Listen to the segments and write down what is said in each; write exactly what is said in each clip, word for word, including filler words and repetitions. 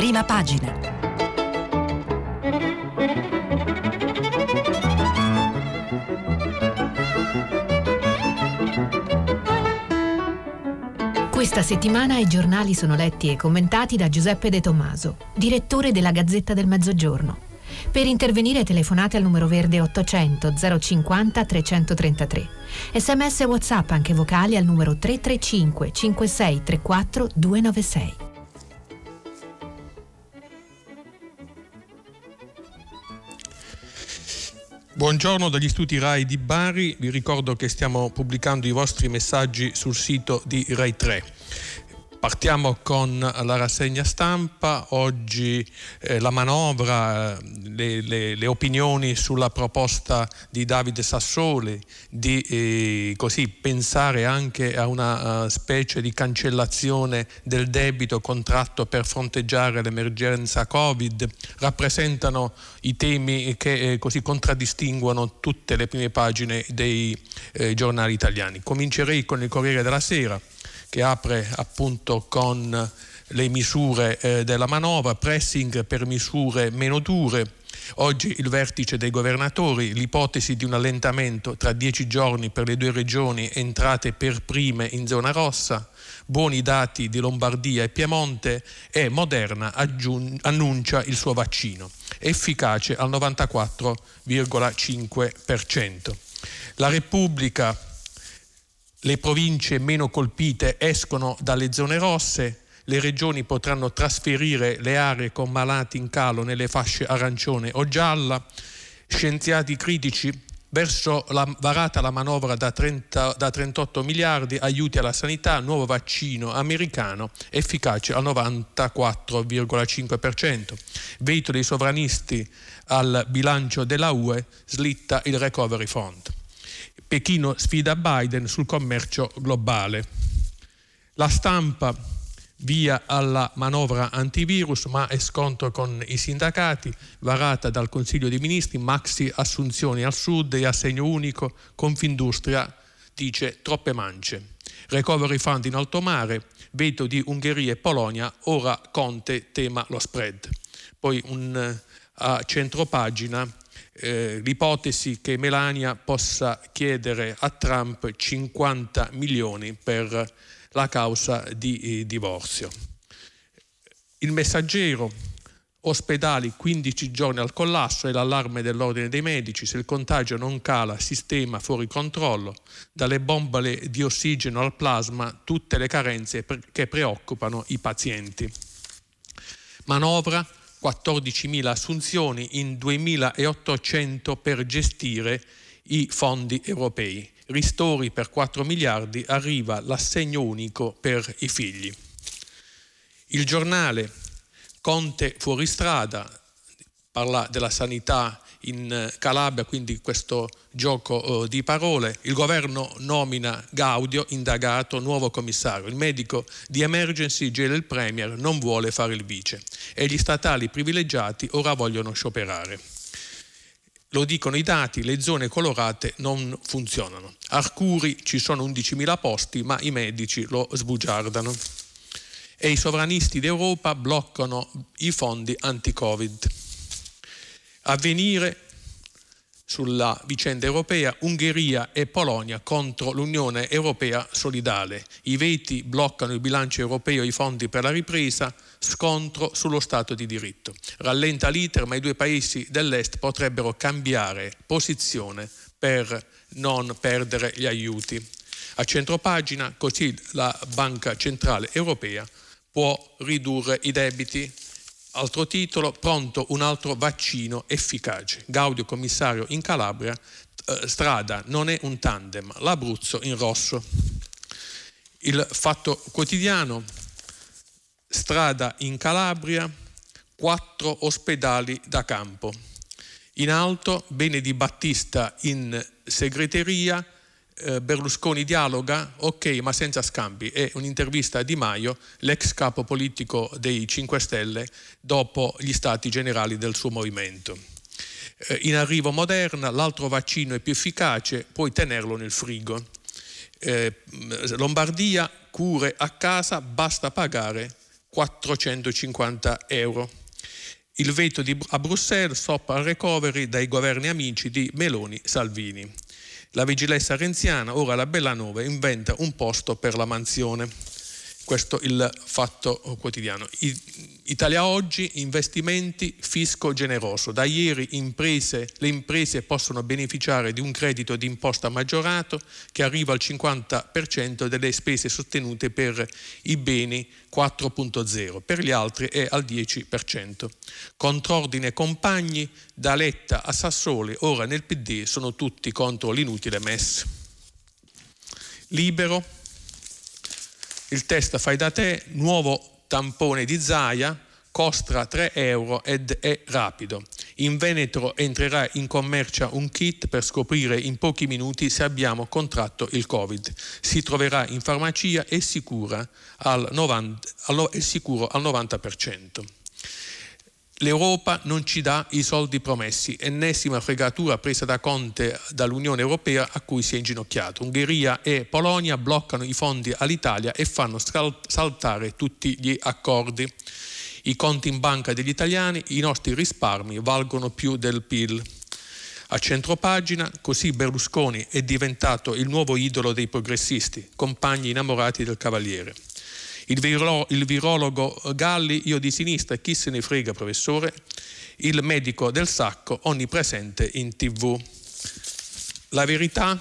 Prima pagina. Questa settimana i giornali sono letti e commentati da Giuseppe De Tommaso, direttore della Gazzetta del Mezzogiorno. Per intervenire telefonate al numero verde ottocento zero cinquanta trecentotrentatré. Sms e WhatsApp anche vocali al numero tre tre cinque cinque sei tre quattro due nove sei. Buongiorno dagli studi Rai di Bari, vi ricordo che stiamo pubblicando i vostri messaggi sul sito di Rai tre. Partiamo con la rassegna stampa. Oggi eh, la manovra, le, le, le opinioni sulla proposta di Davide Sassoli di eh, così pensare anche a una uh, specie di cancellazione del debito contratto per fronteggiare l'emergenza Covid, rappresentano i temi che eh, così contraddistinguono tutte le prime pagine dei eh, giornali italiani. Comincerei con il Corriere della Sera, che apre appunto con le misure eh, della manovra, pressing per misure meno dure. Oggi il vertice dei governatori, l'ipotesi di un allentamento tra dieci giorni per le due regioni entrate per prime in zona rossa, buoni dati di Lombardia e Piemonte, e Moderna aggiun- annuncia il suo vaccino, efficace al novantaquattro virgola cinque per cento. La Repubblica: le province meno colpite escono dalle zone rosse, le regioni potranno trasferire le aree con malati in calo nelle fasce arancione o gialla. Scienziati critici: verso la varata la manovra da, trenta, da trentotto miliardi, aiuti alla sanità, nuovo vaccino americano, efficace al novantaquattro virgola cinque per cento. Veto dei sovranisti al bilancio della U E, slitta il Recovery Fund. Pechino sfida Biden sul commercio globale. La Stampa: via alla manovra antivirus, ma è scontro con i sindacati, varata dal Consiglio dei Ministri, maxi assunzioni al sud e assegno unico, Confindustria dice troppe mance. Recovery Fund in alto mare, veto di Ungheria e Polonia, ora Conte tema lo spread. Poi un a centropagina, Eh, l'ipotesi che Melania possa chiedere a Trump cinquanta milioni per la causa di eh, divorzio. Il Messaggero: ospedali quindici giorni al collasso e l'allarme dell'ordine dei medici, se il contagio non cala sistema fuori controllo, dalle bombole di ossigeno al plasma tutte le carenze pre- che preoccupano i pazienti. Manovra: quattordicimila assunzioni in duemilaottocento per gestire i fondi europei. Ristori per quattro miliardi, arriva l'assegno unico per i figli. Il Giornale: Conte fuori strada, parla della sanità in Calabria, quindi questo gioco di parole. Il governo nomina Gaudio, indagato, nuovo commissario. Il medico di Emergency gela il premier, non vuole fare il vice. E gli statali privilegiati ora vogliono scioperare. Lo dicono i dati, le zone colorate non funzionano. Arcuri: ci sono undicimila posti, ma i medici lo sbugiardano. E i sovranisti d'Europa bloccano i fondi anti-Covid. Avvenire: sulla vicenda europea, Ungheria e Polonia contro l'Unione Europea solidale. I veti bloccano il bilancio europeo e i fondi per la ripresa, scontro sullo Stato di diritto. Rallenta l'iter, ma i due paesi dell'Est potrebbero cambiare posizione per non perdere gli aiuti. A centropagina: così la Banca Centrale Europea può ridurre i debiti. Altro titolo: pronto un altro vaccino efficace. Gaudio commissario in Calabria, eh, strada non è un tandem, l'Abruzzo in rosso. Il Fatto Quotidiano: strada in Calabria, quattro ospedali da campo. In alto: bene di Battista in segreteria, Berlusconi dialoga, ok ma senza scambi. È un'intervista a Di Maio, l'ex capo politico dei cinque Stelle, dopo gli stati generali del suo movimento. In arrivo Moderna, l'altro vaccino è più efficace, puoi tenerlo nel frigo. Eh, Lombardia, cure a casa, basta pagare quattrocentocinquanta euro. Il veto di, a Bruxelles, stop al recovery dai governi amici di Meloni-Salvini. La vigilanza renziana, ora la Bellanova inventa un posto per la mansione. Questo il Fatto Quotidiano. Italia Oggi, investimenti, fisco generoso. Da ieri imprese, le imprese possono beneficiare di un credito d'imposta maggiorato che arriva al cinquanta per cento delle spese sostenute per i beni quattro punto zero, per gli altri è al dieci per cento. Contrordine compagni, da Letta a Sassoli, ora nel P D sono tutti contro l'inutile M E S. Libero. Il test fai da te, nuovo tampone di Zaia, costa tre euro ed è rapido. In Veneto entrerà in commercio un kit per scoprire in pochi minuti se abbiamo contratto il Covid. Si troverà in farmacia e sicura al novanta, è sicuro al novanta per cento. L'Europa non ci dà i soldi promessi, ennesima fregatura presa da Conte dall'Unione Europea a cui si è inginocchiato. Ungheria e Polonia bloccano i fondi all'Italia e fanno saltare tutti gli accordi. I conti in banca degli italiani, i nostri risparmi valgono più del P I L. A centropagina, così Berlusconi è diventato il nuovo idolo dei progressisti, compagni innamorati del Cavaliere. Il, viro, il virologo Galli, io di sinistra, chi se ne frega professore, il medico del Sacco, onnipresente in tivù. La Verità,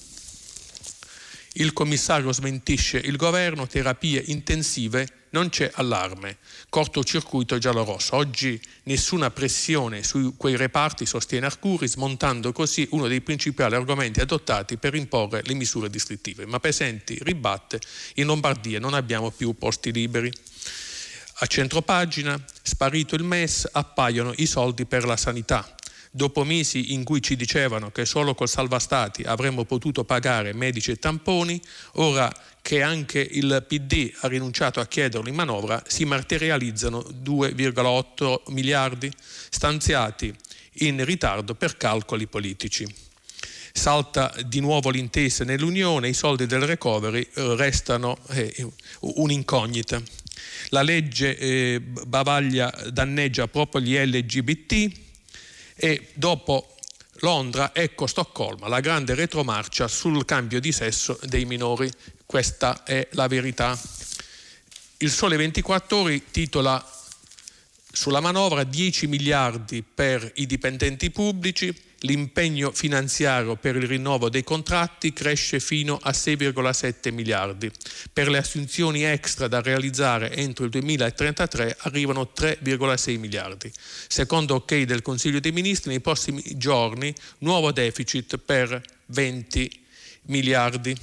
il commissario smentisce il governo, terapie intensive, non c'è allarme, cortocircuito giallorosso. Oggi nessuna pressione su quei reparti, sostiene Arcuri, smontando così uno dei principali argomenti adottati per imporre le misure restrittive. Ma Pesenti ribatte, in Lombardia non abbiamo più posti liberi. A centropagina, sparito il M E S, appaiono i soldi per la sanità. Dopo mesi in cui ci dicevano che solo col salva stati avremmo potuto pagare medici e tamponi, ora che anche il P D ha rinunciato a chiederlo in manovra, si materializzano due virgola otto miliardi stanziati in ritardo per calcoli politici. Salta di nuovo l'intesa nell'Unione, i soldi del recovery restano eh, un'incognita. La legge eh, bavaglia danneggia proprio gli L G B T. E dopo Londra, ecco Stoccolma, la grande retromarcia sul cambio di sesso dei minori. Questa è la verità. Il Sole ventiquattro Ore titola sulla manovra dieci miliardi per i dipendenti pubblici, l'impegno finanziario per il rinnovo dei contratti cresce fino a sei virgola sette miliardi. Per le assunzioni extra da realizzare entro il duemilatrentatré arrivano tre virgola sei miliardi. Secondo ok del Consiglio dei Ministri, nei prossimi giorni nuovo deficit per venti miliardi.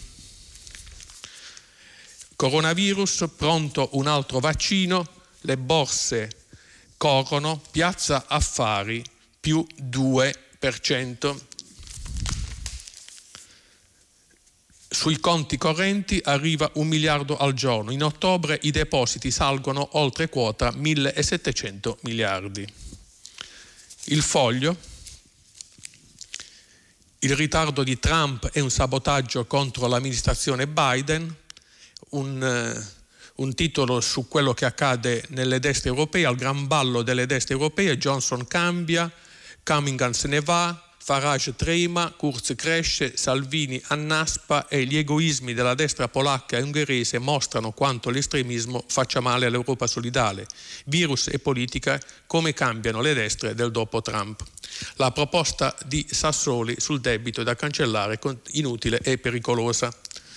Coronavirus, pronto un altro vaccino, le borse corrono, Piazza Affari più due per cento. Sui conti correnti arriva un miliardo al giorno. In ottobre i depositi salgono oltre quota millesettecento miliardi. Il Foglio. Il ritardo di Trump è un sabotaggio contro l'amministrazione Biden. Un, un titolo su quello che accade nelle destre europee, al gran ballo delle destre europee. Johnson cambia, Cunningham se ne va, Farage trema, Kurz cresce, Salvini annaspa e gli egoismi della destra polacca e ungherese mostrano quanto l'estremismo faccia male all'Europa solidale. Virus e politica, come cambiano le destre del dopo Trump. La proposta di Sassoli sul debito da cancellare inutile e pericolosa.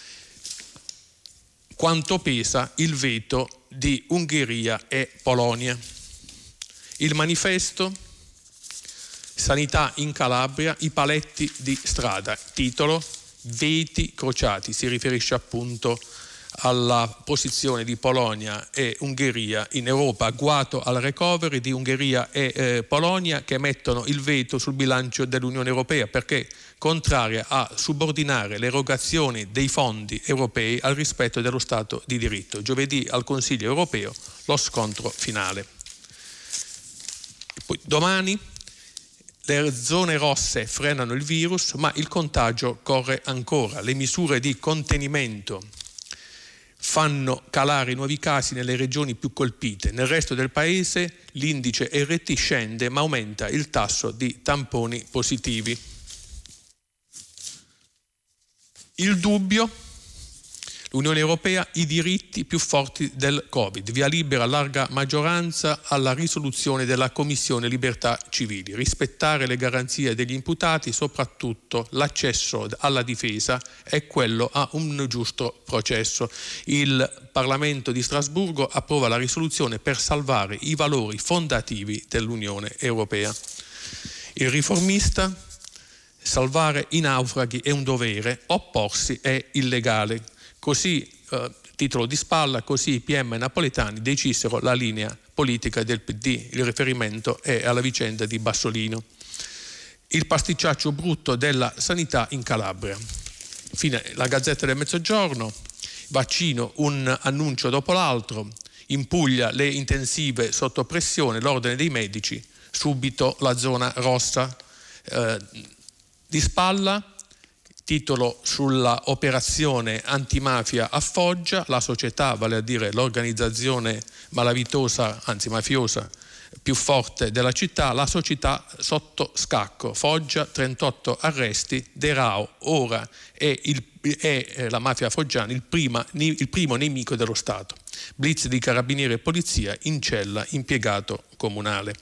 Quanto pesa il veto di Ungheria e Polonia. Il Manifesto. Sanità in Calabria, i paletti di strada. Titolo: veti crociati. Si riferisce appunto alla posizione di Polonia e Ungheria in Europa, agguato al recovery di Ungheria e eh, Polonia che mettono il veto sul bilancio dell'Unione Europea perché contraria a subordinare l'erogazione dei fondi europei al rispetto dello Stato di diritto. Giovedì al Consiglio Europeo lo scontro finale. Poi, domani le zone rosse frenano il virus, ma il contagio corre ancora. Le misure di contenimento fanno calare i nuovi casi nelle regioni più colpite. Nel resto del paese l'indice R T scende ma aumenta il tasso di tamponi positivi. Il dubbio, l'Unione Europea, i diritti più forti del Covid, via libera a larga maggioranza alla risoluzione della Commissione Libertà Civili, rispettare le garanzie degli imputati, soprattutto l'accesso alla difesa e quello a un giusto processo. Il Parlamento di Strasburgo approva la risoluzione per salvare i valori fondativi dell'Unione Europea. Il riformista, salvare i naufraghi è un dovere, opporsi è illegale. Così, eh, titolo di spalla, così i P M napoletani decisero la linea politica del P D. Il riferimento è alla vicenda di Bassolino. Il pasticciaccio brutto della sanità in Calabria. Fine la Gazzetta del Mezzogiorno, vaccino, un annuncio dopo l'altro. In Puglia le intensive sotto pressione, l'ordine dei medici, subito la zona rossa. Eh, di spalla, titolo sulla operazione antimafia a Foggia, la società, vale a dire l'organizzazione malavitosa, anzi mafiosa, più forte della città, la società sotto scacco. Foggia, trentotto arresti, De Rao ora è, il, è la mafia foggiana il, prima, il primo nemico dello Stato. Blitz di carabinieri e polizia, in cella impiegato comunale.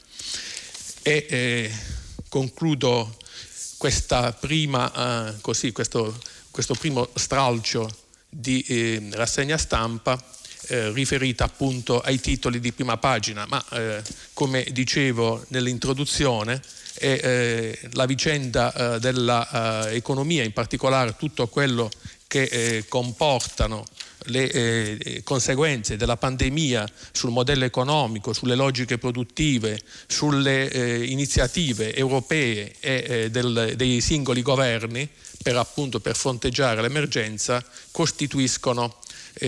E eh, concludo questa prima, uh, così, questo, questo primo stralcio di eh, rassegna stampa eh, riferita appunto ai titoli di prima pagina, ma eh, come dicevo nell'introduzione è eh, la vicenda eh, dell'economia, in particolare tutto quello che eh, comportano le eh, conseguenze della pandemia sul modello economico, sulle logiche produttive, sulle eh, iniziative europee e eh, del, dei singoli governi per appunto per fronteggiare l'emergenza, costituiscono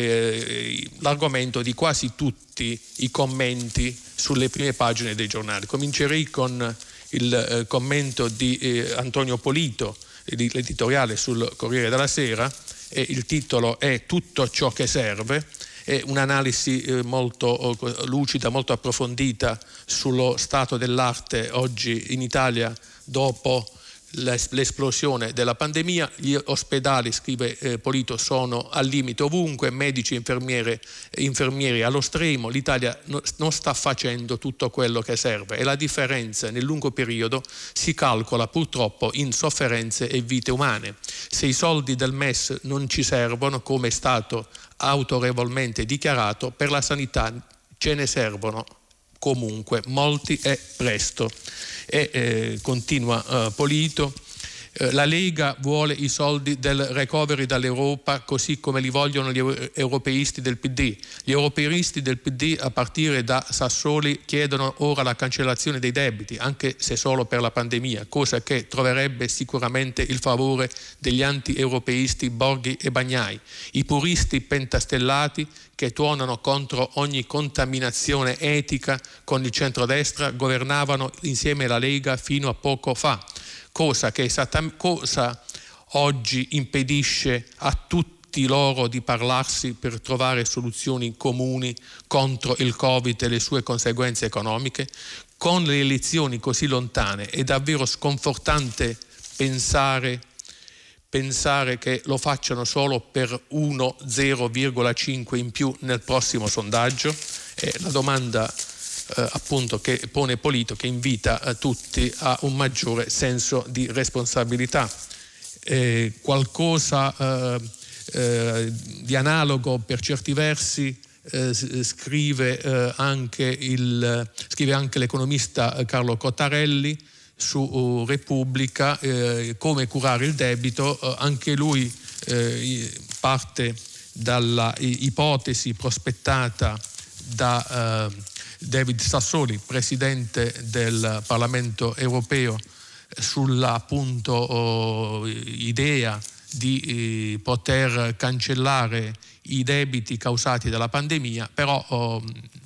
eh, l'argomento di quasi tutti i commenti sulle prime pagine dei giornali. Comincerei con il eh, commento di eh, Antonio Polito, l'editoriale sul Corriere della Sera, e il titolo è Tutto ciò che serve. È un'analisi eh, molto eh, lucida, molto approfondita sullo stato dell'arte oggi in Italia dopo l'esplosione della pandemia. Gli ospedali, scrive eh, Polito, sono al limite ovunque, medici, infermiere, infermieri allo stremo. L'Italia no, non sta facendo tutto quello che serve e la differenza nel lungo periodo si calcola purtroppo in sofferenze e vite umane. Se i soldi del M E S non ci servono, come è stato autorevolmente dichiarato, per la sanità ce ne servono comunque, molti e presto. E eh, continua eh, Polito, eh, la Lega vuole i soldi del recovery dall'Europa così come li vogliono gli europeisti del P D. Gli europeisti del P D a partire da Sassoli chiedono ora la cancellazione dei debiti, anche se solo per la pandemia, cosa che troverebbe sicuramente il favore degli anti-europeisti Borghi e Bagnai. I puristi pentastellati che tuonano contro ogni contaminazione etica con il centrodestra governavano insieme alla Lega fino a poco fa, cosa che esattamente cosa oggi impedisce a tutti loro di parlarsi per trovare soluzioni comuni contro il Covid e le sue conseguenze economiche. Con le elezioni così lontane è davvero sconfortante pensare pensare che lo facciano solo per uno zero virgola cinque in più nel prossimo sondaggio. È la domanda eh, appunto che pone Polito, che invita eh, tutti a un maggiore senso di responsabilità. Eh, qualcosa eh, eh, di analogo per certi versi eh, scrive, eh, anche il, scrive anche l'economista Carlo Cottarelli su Repubblica, eh, come curare il debito. Eh, anche lui eh, parte dalla ipotesi prospettata da eh, David Sassoli, presidente del Parlamento europeo, sulla appunto oh, idea di eh, poter cancellare i debiti causati dalla pandemia, però oh,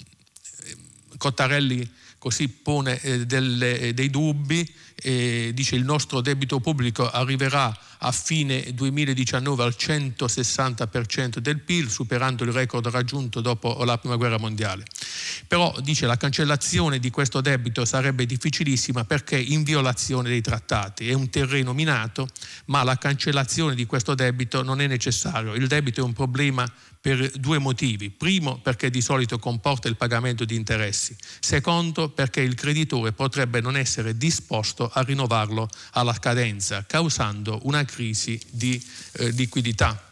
Cottarelli così pone eh, delle, eh, dei dubbi e dice: il nostro debito pubblico arriverà a fine duemiladiciannove al centosessanta per cento del P I L, superando il record raggiunto dopo la Prima Guerra Mondiale. Però dice la cancellazione di questo debito sarebbe difficilissima perché in violazione dei trattati, è un terreno minato, ma la cancellazione di questo debito non è necessario. Il debito è un problema per due motivi. Primo, perché di solito comporta il pagamento di interessi. Secondo, perché il creditore potrebbe non essere disposto a rinnovarlo alla cadenza, causando una crisi di eh, liquidità.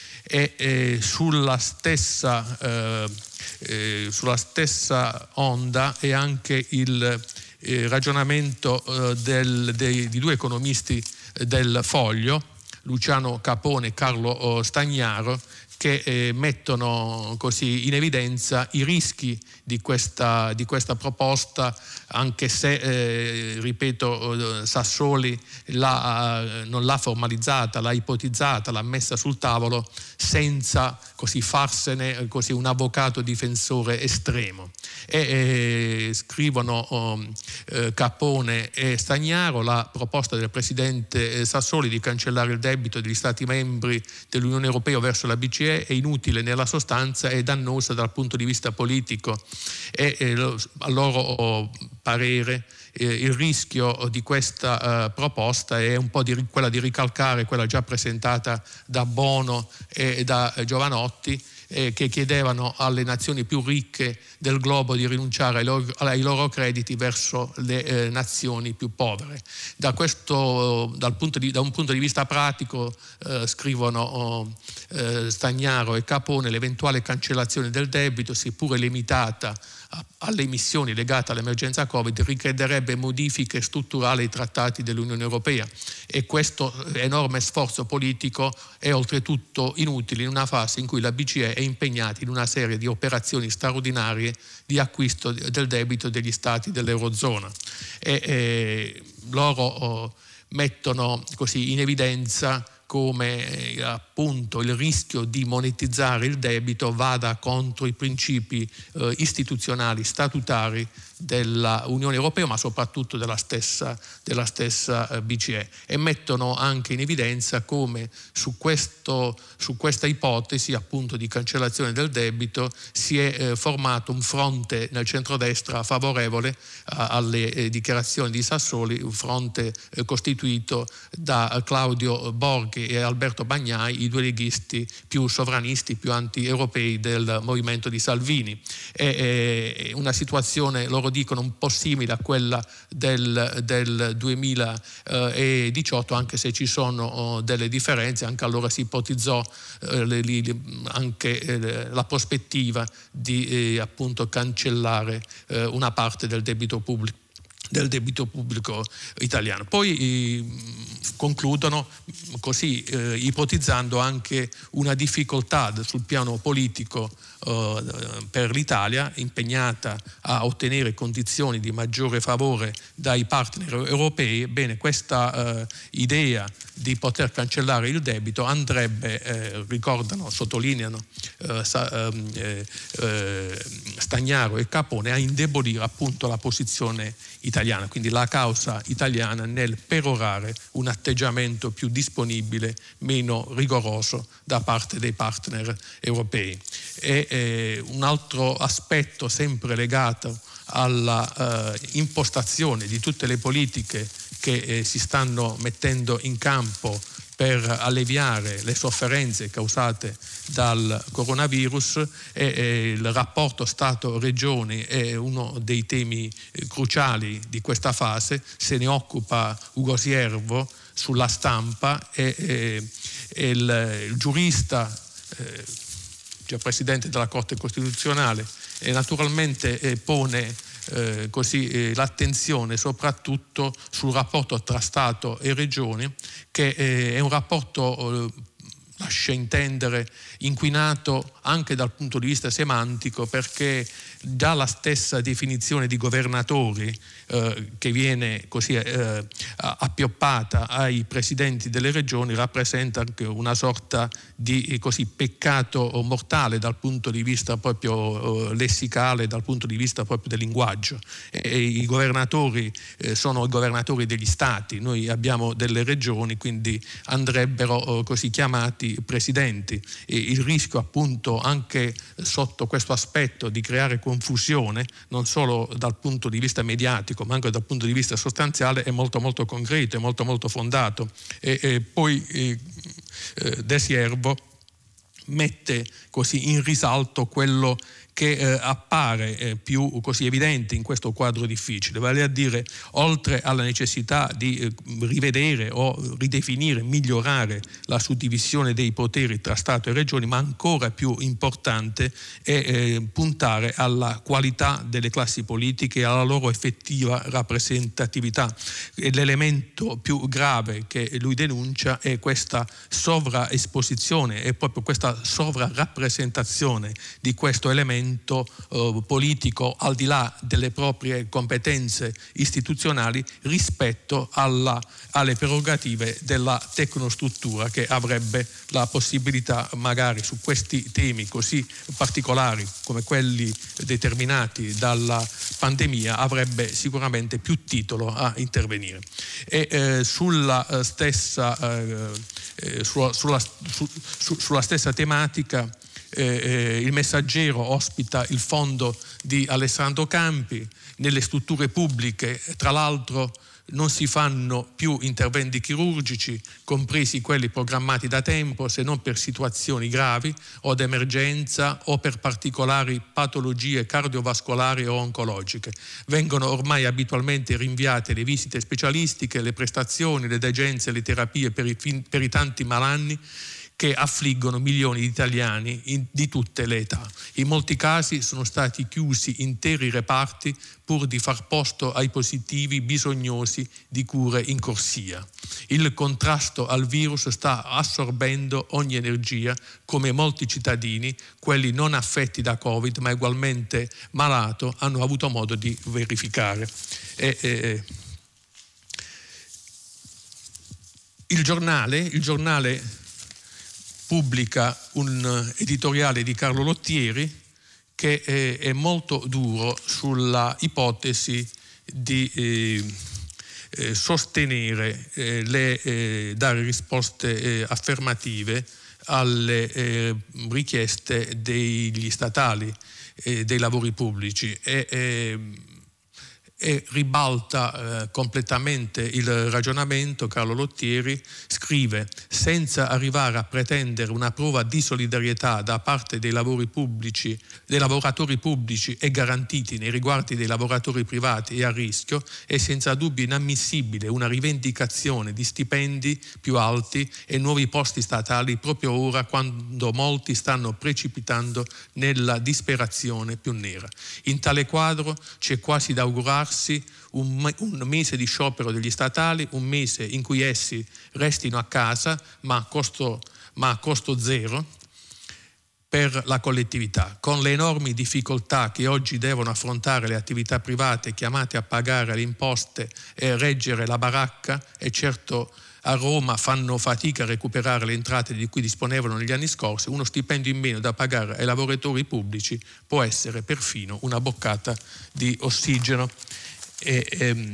E eh, sulla stessa eh, eh, sulla stessa onda è anche il eh, ragionamento eh, del, dei, di due economisti del Foglio, Luciano Capone e Carlo Stagnaro, che eh, mettono così in evidenza i rischi di questa, di questa proposta, anche se, eh, ripeto, Sassoli l'ha, non l'ha formalizzata, l'ha ipotizzata, l'ha messa sul tavolo senza così farsene così un avvocato difensore estremo. E eh, scrivono oh, eh, Capone e Stagnaro: la proposta del presidente Sassoli di cancellare il debito degli Stati membri dell'Unione Europea verso la B C E è inutile nella sostanza e dannosa dal punto di vista politico e eh, a loro oh, parere eh, il rischio di questa eh, proposta è un po' di, quella di ricalcare quella già presentata da Bono e da Giovanotti, eh, che chiedevano alle nazioni più ricche del globo di rinunciare ai loro, ai loro crediti verso le eh, nazioni più povere. Da, questo, dal punto di, da un punto di vista pratico, eh, scrivono oh, eh, Stagnaro e Capone, l'eventuale cancellazione del debito, seppure limitata alle emissioni legate all'emergenza Covid, richiederebbe modifiche strutturali ai trattati dell'Unione Europea, e questo enorme sforzo politico è oltretutto inutile in una fase in cui la B C E è impegnata in una serie di operazioni straordinarie di acquisto del debito degli stati dell'Eurozona. E, e loro oh, mettono così in evidenza come eh, appunto il rischio di monetizzare il debito vada contro i principi eh, istituzionali, statutari dell'Unione Europea, ma soprattutto della stessa, della stessa eh, B C E, e mettono anche in evidenza come su, questo, su questa ipotesi appunto di cancellazione del debito si è eh, formato un fronte nel centrodestra favorevole eh, alle eh, dichiarazioni di Sassoli, un fronte eh, costituito da Claudio Borghi e Alberto Bagnai, i due leghisti più sovranisti, più anti-europei del movimento di Salvini. È una situazione, loro dicono, un po' simile a quella del, del duemiladiciotto, anche se ci sono delle differenze. Anche allora si ipotizzò eh, le, le, anche eh, la prospettiva di eh, appunto cancellare eh, una parte del debito pubblico del debito pubblico italiano. Poi eh, concludono così eh, ipotizzando anche una difficoltà sul piano politico eh, per l'Italia, impegnata a ottenere condizioni di maggiore favore dai partner europei. Bene, questa eh, idea di poter cancellare il debito andrebbe, eh, ricordano, sottolineano eh, eh, eh, Stagnaro e Capone, a indebolire appunto la posizione italiana, quindi la causa italiana nel perorare un atteggiamento più disponibile, meno rigoroso da parte dei partner europei. E eh, un altro aspetto sempre legato alla eh, impostazione di tutte le politiche che eh, si stanno mettendo in campo per alleviare le sofferenze causate dal coronavirus, e, e il rapporto Stato-Regioni è uno dei temi eh, cruciali di questa fase. Se ne occupa Ugo Siervo sulla Stampa, e, e, e il, il giurista, eh, già presidente della Corte Costituzionale, e naturalmente eh, pone Eh, così eh, l'attenzione soprattutto sul rapporto tra Stato e Regioni, che eh, è un rapporto eh, lascia intendere inquinato anche dal punto di vista semantico, perché già la stessa definizione di governatori eh, che viene così eh, appioppata ai presidenti delle regioni rappresenta anche una sorta di eh, così peccato mortale dal punto di vista proprio eh, lessicale, dal punto di vista proprio del linguaggio. E, e i governatori eh, sono i governatori degli stati, noi abbiamo delle regioni, quindi andrebbero eh, così chiamati presidenti. E il rischio appunto anche sotto questo aspetto di creare confusione non solo dal punto di vista mediatico ma anche dal punto di vista sostanziale è molto molto concreto, è molto molto fondato. E, e poi eh, De Siervo mette così in risalto quello che eh, appare eh, più così evidente in questo quadro difficile, vale a dire, oltre alla necessità di eh, rivedere o ridefinire, migliorare la suddivisione dei poteri tra Stato e Regioni, ma ancora più importante è eh, puntare alla qualità delle classi politiche e alla loro effettiva rappresentatività. E l'elemento più grave che lui denuncia è questa sovraesposizione, è proprio questa sovrarappresentazione di questo elemento eh, politico al di là delle proprie competenze istituzionali rispetto alla, alle prerogative della tecnostruttura, che avrebbe la possibilità magari su questi temi così particolari come quelli determinati dalla pandemia avrebbe sicuramente più titolo a intervenire. E eh, sulla stessa eh, sulla, sulla, su, su, sulla stessa tematica Eh, eh, il Messaggero ospita il fondo di Alessandro Campi. Nelle strutture pubbliche, tra l'altro, non si fanno più interventi chirurgici, compresi quelli programmati da tempo, se non per situazioni gravi o d'emergenza o per particolari patologie cardiovascolari o oncologiche. Vengono ormai abitualmente rinviate le visite specialistiche, le prestazioni, le degenze, le terapie per i, per i tanti malanni che affliggono milioni di italiani in, di tutte le età. In molti casi sono stati chiusi interi reparti pur di far posto ai positivi bisognosi di cure in corsia. Il contrasto al virus sta assorbendo ogni energia, come molti cittadini, quelli non affetti da Covid ma ugualmente malato, hanno avuto modo di verificare. E, e, il giornale, il giornale pubblica un editoriale di Carlo Lottieri che è, è molto duro sulla ipotesi di eh, eh, sostenere, eh, le, eh, dare risposte eh, affermative alle eh, richieste degli statali, eh, dei lavori pubblici e, eh, e ribalta eh, completamente il ragionamento. Carlo Lottieri scrive: senza arrivare a pretendere una prova di solidarietà da parte dei lavori pubblici, dei lavoratori pubblici e garantiti nei riguardi dei lavoratori privati e a rischio, è senza dubbio inammissibile una rivendicazione di stipendi più alti e nuovi posti statali proprio ora, quando molti stanno precipitando nella disperazione più nera. In tale quadro c'è quasi da augurarsi Un, un mese di sciopero degli statali, un mese in cui essi restino a casa ma a costo, ma a costo zero per la collettività, con le enormi difficoltà che oggi devono affrontare le attività private chiamate a pagare le imposte e reggere la baracca. E certo a Roma fanno fatica a recuperare le entrate di cui disponevano negli anni scorsi. Uno stipendio in meno da pagare ai lavoratori pubblici può essere perfino una boccata di ossigeno. E, ehm,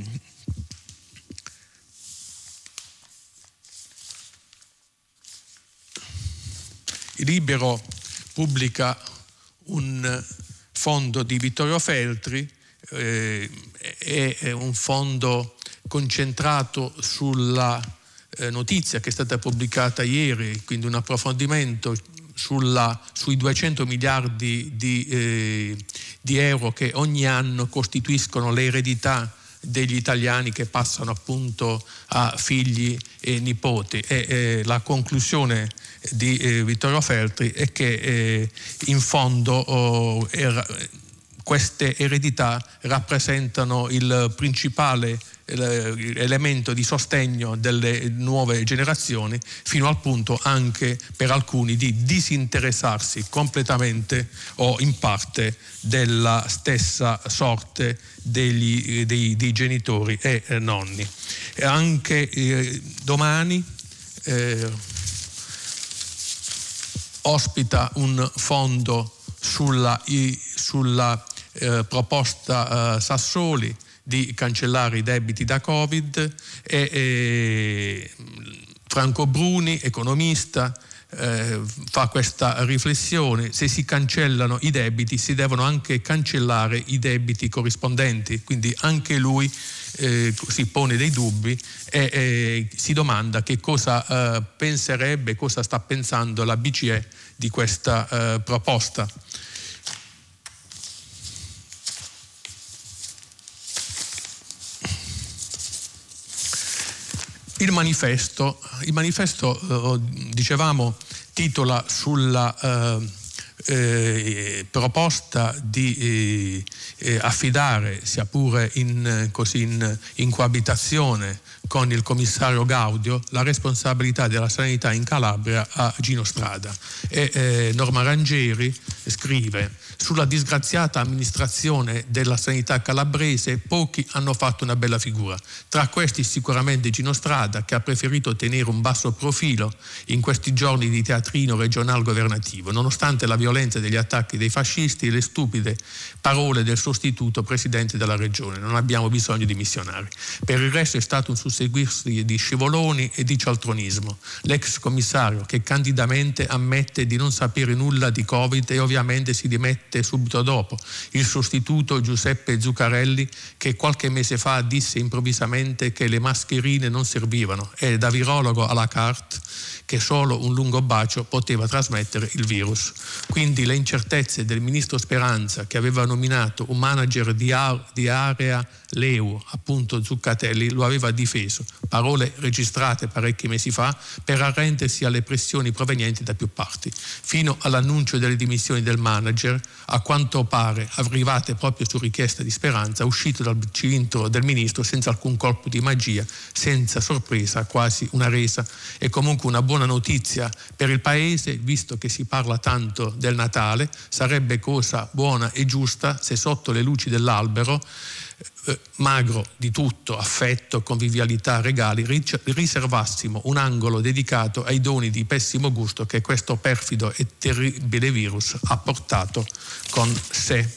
il Libero pubblica un fondo di Vittorio Feltri, eh, è, è un fondo concentrato sulla eh, notizia che è stata pubblicata ieri, quindi un approfondimento sulla, sui duecento miliardi di, eh, di euro che ogni anno costituiscono l'eredità degli italiani che passano appunto a figli e nipoti. E eh, la conclusione di eh, Vittorio Feltri è che eh, in fondo oh, era, queste eredità rappresentano il principale elemento di sostegno delle nuove generazioni, fino al punto anche per alcuni di disinteressarsi completamente o in parte della stessa sorte degli, dei, dei genitori e eh, nonni. E anche eh, domani eh, ospita un fondo sulla, sulla eh, proposta eh, Sassoli di cancellare i debiti da Covid e, e Franco Bruni, economista, eh, fa questa riflessione: se si cancellano i debiti si devono anche cancellare i debiti corrispondenti, quindi anche lui eh, si pone dei dubbi e eh, si domanda che cosa eh, penserebbe, cosa sta pensando la B C E di questa eh, proposta. Il manifesto, il manifesto eh, dicevamo, titola sulla eh, eh, proposta di eh, affidare, sia pure in, così in, in coabitazione con il commissario Gaudio, la responsabilità della sanità in Calabria a Gino Strada. E eh, Norma Rangieri scrive: sulla disgraziata amministrazione della sanità calabrese pochi hanno fatto una bella figura. Tra questi sicuramente Gino Strada, che ha preferito tenere un basso profilo in questi giorni di teatrino regional governativo, nonostante la violenza degli attacchi dei fascisti e le stupide parole del sostituto presidente della regione. Non abbiamo bisogno di missionari. Per il resto è stato un susseguirsi di scivoloni e di cialtronismo. L'ex commissario, che candidamente ammette di non sapere nulla di Covid e ovviamente si dimette subito dopo. Il sostituto Giuseppe Zuccarelli, che qualche mese fa disse improvvisamente che le mascherine non servivano e da virologo alla carte che solo un lungo bacio poteva trasmettere il virus. Quindi le incertezze del ministro Speranza, che aveva nominato un manager di, a- di area L E U, appunto Zuccatelli, lo aveva difeso, parole registrate parecchi mesi fa, per arrendersi alle pressioni provenienti da più parti, fino all'annuncio delle dimissioni del manager, a quanto pare arrivate proprio su richiesta di Speranza, uscito dal cilindro del ministro senza alcun colpo di magia, senza sorpresa, quasi una resa. E comunque una buona notizia per il paese, visto che si parla tanto del Natale. Sarebbe cosa buona e giusta se sotto le luci dell'albero, eh, magro di tutto, affetto, convivialità, regali, riservassimo un angolo dedicato ai doni di pessimo gusto che questo perfido e terribile virus ha portato con sé.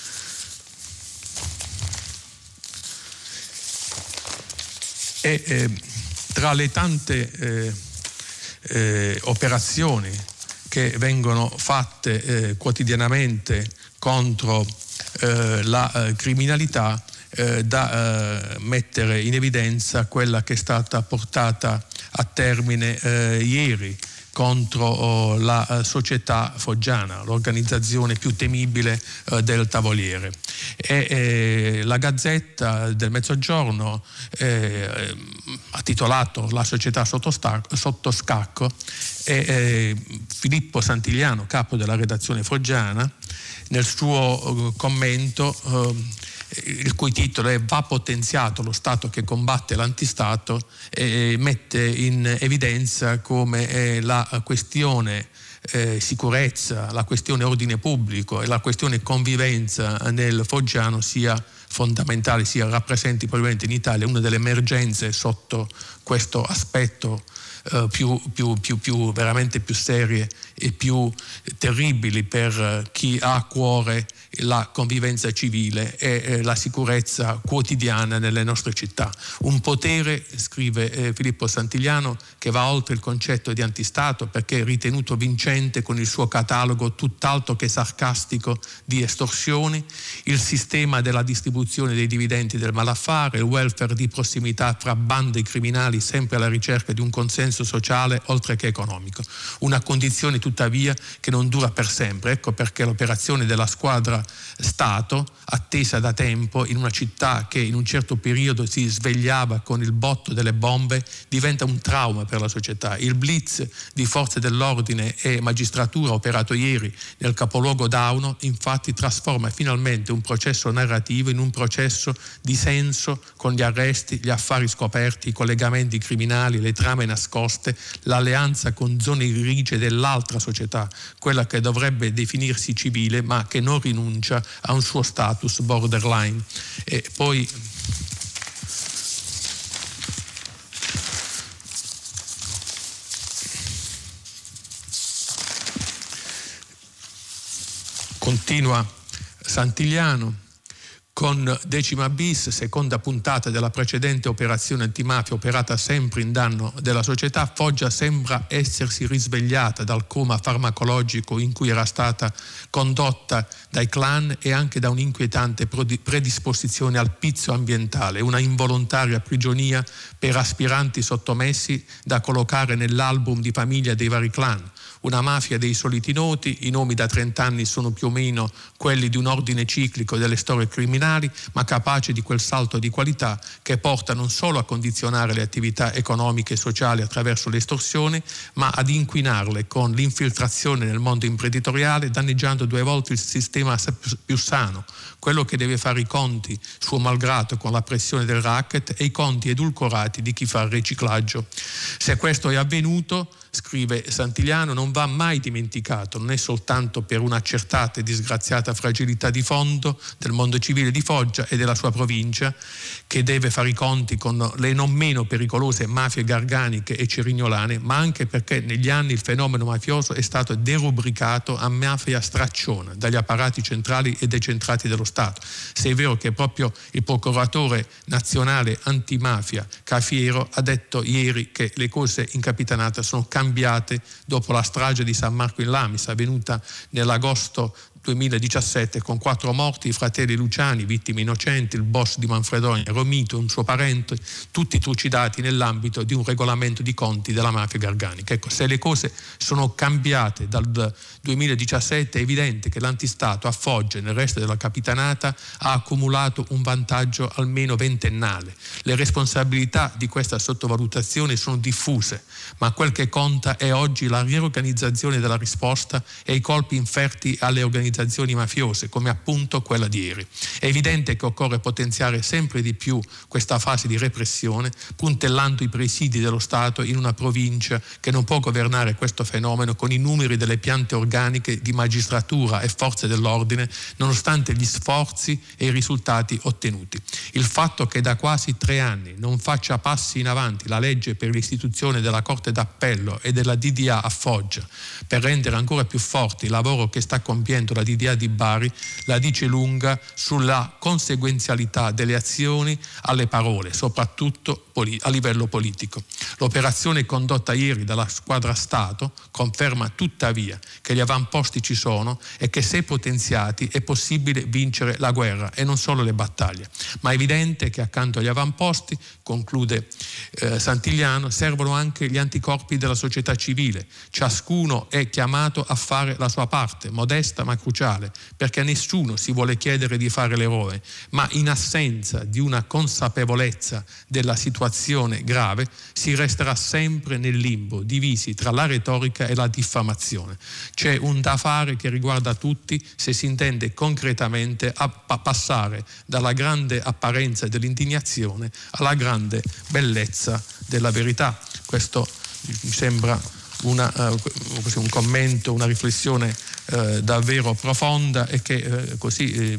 E eh, tra le tante eh, eh, operazioni che vengono fatte eh, quotidianamente contro eh, la eh, criminalità, eh, da eh, mettere in evidenza quella che è stata portata a termine eh, ieri contro oh, la uh, società foggiana, l'organizzazione più temibile uh, del Tavoliere. E, eh, la Gazzetta del Mezzogiorno eh, ha titolato La società sotto, star- sotto scacco e eh, Filippo Santigliano, capo della redazione foggiana, nel suo uh, commento, uh, il cui titolo è "Va potenziato lo Stato che combatte l'antistato", e mette in evidenza come eh, la questione eh, sicurezza, la questione ordine pubblico e la questione convivenza nel foggiano sia fondamentale, sia rappresenti probabilmente in Italia una delle emergenze sotto questo aspetto Uh, più, più, più, più veramente più serie e più terribili per uh, chi ha a cuore la convivenza civile e eh, la sicurezza quotidiana nelle nostre città. Un potere, scrive eh, Filippo Santigliano, che va oltre il concetto di antistato, perché è ritenuto vincente con il suo catalogo tutt'altro che sarcastico di estorsioni, il sistema della distribuzione dei dividendi del malaffare, il welfare di prossimità fra bande criminali sempre alla ricerca di un consenso sociale oltre che economico. Una condizione tuttavia che non dura per sempre. Ecco perché l'operazione della squadra Stato, attesa da tempo in una città che in un certo periodo si svegliava con il botto delle bombe, diventa un trauma per la società. Il blitz di forze dell'ordine e magistratura operato ieri nel capoluogo Dauno infatti trasforma finalmente un processo narrativo in un processo di senso, con gli arresti, gli affari scoperti, i collegamenti criminali, le trame nascoste, l'alleanza con zone grigie dell'altra società, quella che dovrebbe definirsi civile ma che non rinuncia a un suo status borderline. E poi continua Santigliano con Decima bis, seconda puntata della precedente operazione antimafia operata sempre in danno della società. Foggia sembra essersi risvegliata dal coma farmacologico in cui era stata condotta dai clan e anche da un'inquietante predisposizione al pizzo ambientale, una involontaria prigionia per aspiranti sottomessi da collocare nell'album di famiglia dei vari clan. Una mafia dei soliti noti, i nomi da trent'anni sono più o meno quelli di un ordine ciclico delle storie criminali, ma capace di quel salto di qualità che porta non solo a condizionare le attività economiche e sociali attraverso l'estorsione, ma ad inquinarle con l'infiltrazione nel mondo imprenditoriale, danneggiando due volte il sistema più sano, quello che deve fare i conti, suo malgrado, con la pressione del racket e i conti edulcorati di chi fa il riciclaggio. Se questo è avvenuto, scrive Santigliano, non va mai dimenticato, non è soltanto per un'accertata e disgraziata fragilità di fondo del mondo civile di Foggia e della sua provincia, che deve fare i conti con le non meno pericolose mafie garganiche e cerignolane, ma anche perché negli anni il fenomeno mafioso è stato derubricato a mafia stracciona dagli apparati centrali e decentrati dello Stato. Se è vero che proprio il procuratore nazionale antimafia Cafiero ha detto ieri che le cose in Capitanata sono cambiate cambiate dopo la strage di San Marco in Lamis, avvenuta nell'agosto duemiladiciassette con quattro morti, i fratelli Luciani, vittime innocenti, il boss di Manfredonia, Romito, un suo parente, tutti trucidati nell'ambito di un regolamento di conti della mafia garganica. Ecco, se le cose sono cambiate dal duemiladiciassette è evidente che l'antistato a Foggia e nel resto della Capitanata ha accumulato un vantaggio almeno ventennale. Le responsabilità di questa sottovalutazione sono diffuse, ma quel che conta è oggi la riorganizzazione della risposta e i colpi inferti alle organizzazioni mafiose, come appunto quella di ieri. È evidente che occorre potenziare sempre di più questa fase di repressione, puntellando i presidi dello Stato in una provincia che non può governare questo fenomeno con i numeri delle piante organiche di magistratura e forze dell'ordine, nonostante gli sforzi e i risultati ottenuti. Il fatto che da quasi tre anni non faccia passi in avanti la legge per l'istituzione della Corte d'Appello e della D D A a Foggia per rendere ancora più forte il lavoro che sta compiendo la D D A di Bari la dice lunga sulla conseguenzialità delle azioni alle parole, soprattutto a livello politico. L'operazione condotta ieri dalla squadra Stato conferma tuttavia che gli avamposti ci sono e che se potenziati è possibile vincere la guerra e non solo le battaglie. Ma è evidente che accanto agli avamposti, conclude eh, Santigliano, servono anche gli anticorpi della società civile. Ciascuno è chiamato a fare la sua parte, modesta ma cruciale, perché nessuno si vuole chiedere di fare l'eroe, ma in assenza di una consapevolezza della situazione grave si resterà sempre nel limbo, divisi tra la retorica e la diffamazione. C'è un da fare che riguarda tutti se si intende concretamente a passare dalla grande apparenza dell'indignazione alla grande bellezza della verità. Questo mi sembra Una, uh, un commento, una riflessione uh, davvero profonda e che uh, così eh,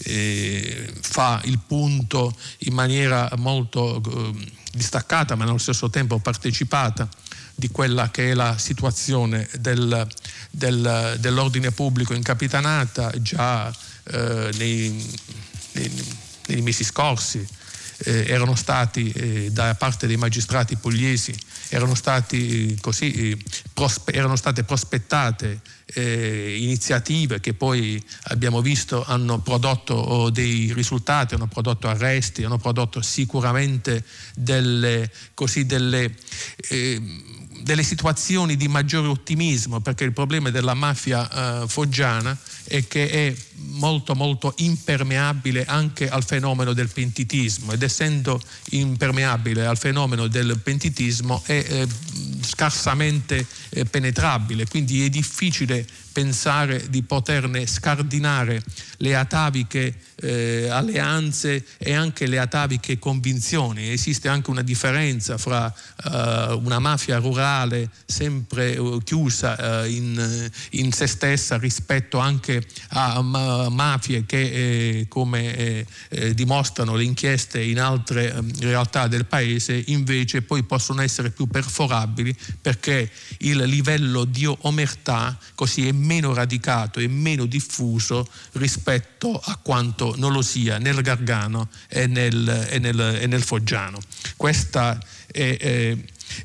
eh, fa il punto in maniera molto uh, distaccata ma nello stesso tempo partecipata di quella che è la situazione del, del, dell'ordine pubblico in Capitanata. Già uh, nei, nei, nei mesi scorsi Eh, erano stati eh, da parte dei magistrati pugliesi erano stati eh, così eh, prospe- erano state prospettate eh, iniziative che poi abbiamo visto hanno prodotto oh, dei risultati, hanno prodotto arresti, hanno prodotto sicuramente delle così delle eh, delle situazioni di maggiore ottimismo, perché il problema della mafia eh, foggiana è che è molto molto impermeabile anche al fenomeno del pentitismo ed essendo impermeabile al fenomeno del pentitismo è eh, scarsamente eh, penetrabile, quindi è difficile pensare di poterne scardinare le ataviche eh, alleanze e anche le ataviche convinzioni. Esiste anche una differenza fra eh, una mafia rurale sempre uh, chiusa uh, in, in se stessa rispetto anche a ma- mafie che eh, come eh, eh, dimostrano le inchieste in altre eh, realtà del paese invece poi possono essere più perforabili, perché il livello di omertà così è meno radicato e meno diffuso rispetto a quanto non lo sia nel Gargano e nel, e nel, e nel Foggiano. Questa è, è,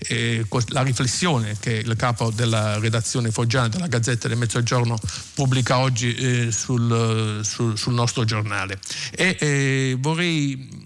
è la riflessione che il capo della redazione foggiana della Gazzetta del Mezzogiorno pubblica oggi eh, sul, sul, sul nostro giornale. E eh, vorrei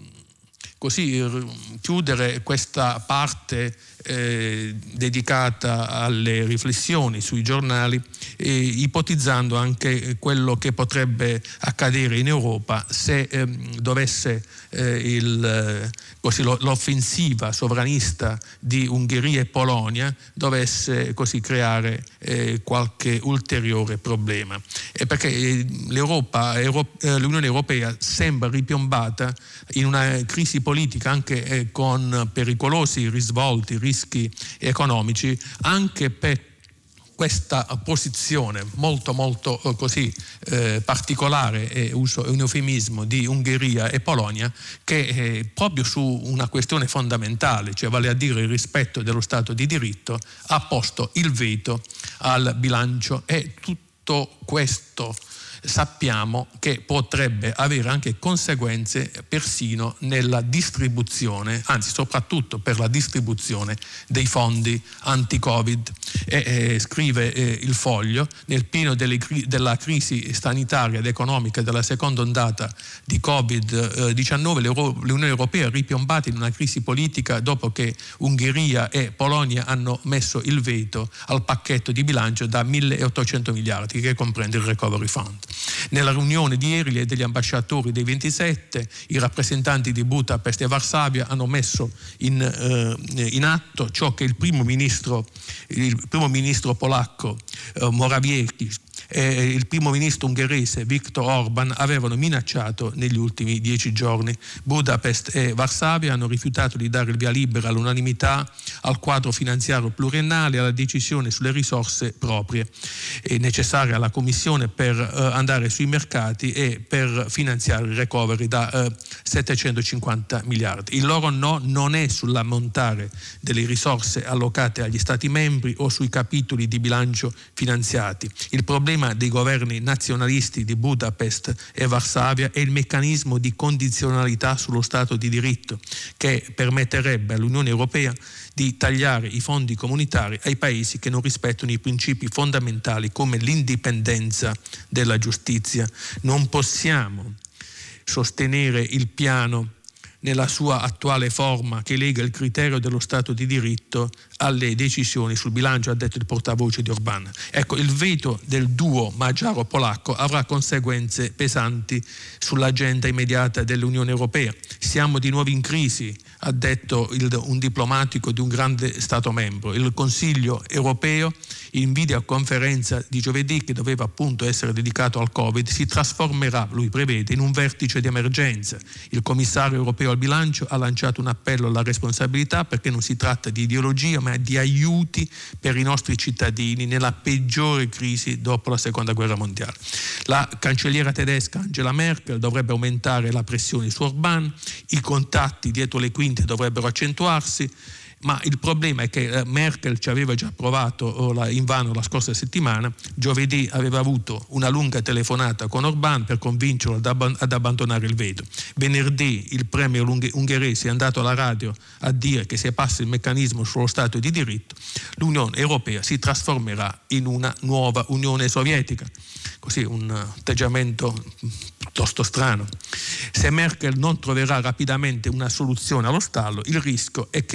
così chiudere questa parte eh, dedicata alle riflessioni sui giornali, eh, ipotizzando anche quello che potrebbe accadere in Europa se eh, dovesse eh, il, così, lo, l'offensiva sovranista di Ungheria e Polonia dovesse così creare eh, qualche ulteriore problema. E perché l'Europa, Euro, eh, l'Unione Europea sembra ripiombata in una crisi politica anche eh, con pericolosi risvolti, rischi economici, anche per questa posizione molto molto eh, così eh, particolare, e uso un eufemismo, di Ungheria e Polonia, che eh, proprio su una questione fondamentale, cioè vale a dire il rispetto dello Stato di diritto, ha posto il veto al bilancio. E tutto questo sappiamo che potrebbe avere anche conseguenze persino nella distribuzione, anzi soprattutto per la distribuzione dei fondi anti-Covid. E, eh, scrive eh, il Foglio, nel pieno delle, della crisi sanitaria ed economica della seconda ondata di covid diciannove, l'Unione Europea è ripiombata in una crisi politica dopo che Ungheria e Polonia hanno messo il veto al pacchetto di bilancio da milleottocento miliardi, che comprende il Recovery Fund. Nella riunione di ieri degli ambasciatori dei ventisette, i rappresentanti di Budapest e Varsavia hanno messo in, eh, in atto ciò che il primo ministro, il primo ministro polacco eh, Morawiecki e il primo ministro ungherese Viktor Orban avevano minacciato negli ultimi dieci giorni. Budapest e Varsavia hanno rifiutato di dare il via libera all'unanimità al quadro finanziario pluriennale e alla decisione sulle risorse proprie necessarie alla Commissione per eh, andare sui mercati e per finanziare il recovery da eh, settecentocinquanta miliardi. Il loro no non è sull'ammontare delle risorse allocate agli Stati membri o sui capitoli di bilancio finanziati. Il problema dei governi nazionalisti di Budapest e Varsavia è il meccanismo di condizionalità sullo Stato di diritto, che permetterebbe all'Unione Europea di tagliare i fondi comunitari ai paesi che non rispettano i principi fondamentali come l'indipendenza della giustizia. Non possiamo sostenere il piano nella sua attuale forma, che lega il criterio dello Stato di diritto alle decisioni sul bilancio, ha detto il portavoce di Orbán. Ecco, il veto del duo magiaro-polacco avrà conseguenze pesanti sull'agenda immediata dell'Unione Europea. Siamo di nuovo in crisi, ha detto il, un diplomatico di un grande Stato membro. Il Consiglio europeo, in videoconferenza di giovedì, che doveva appunto essere dedicato al Covid, si trasformerà, lui prevede, in un vertice di emergenza. Il commissario europeo al bilancio ha lanciato un appello alla responsabilità, perché non si tratta di ideologia ma di aiuti per i nostri cittadini nella peggiore crisi dopo la seconda guerra mondiale. La cancelliera tedesca Angela Merkel dovrebbe aumentare la pressione su Orbán, i contatti dietro le quinte dovrebbero accentuarsi, ma il problema è che Merkel ci aveva già provato invano la scorsa settimana. Giovedì aveva avuto una lunga telefonata con Orbán per convincerlo ad abbandonare il veto. Venerdì il premier ungherese è andato alla radio a dire che se passa il meccanismo sullo Stato di diritto, l'Unione Europea si trasformerà in una nuova Unione Sovietica. Così un atteggiamento piuttosto strano. Se Merkel non troverà rapidamente una soluzione allo stallo, il rischio è che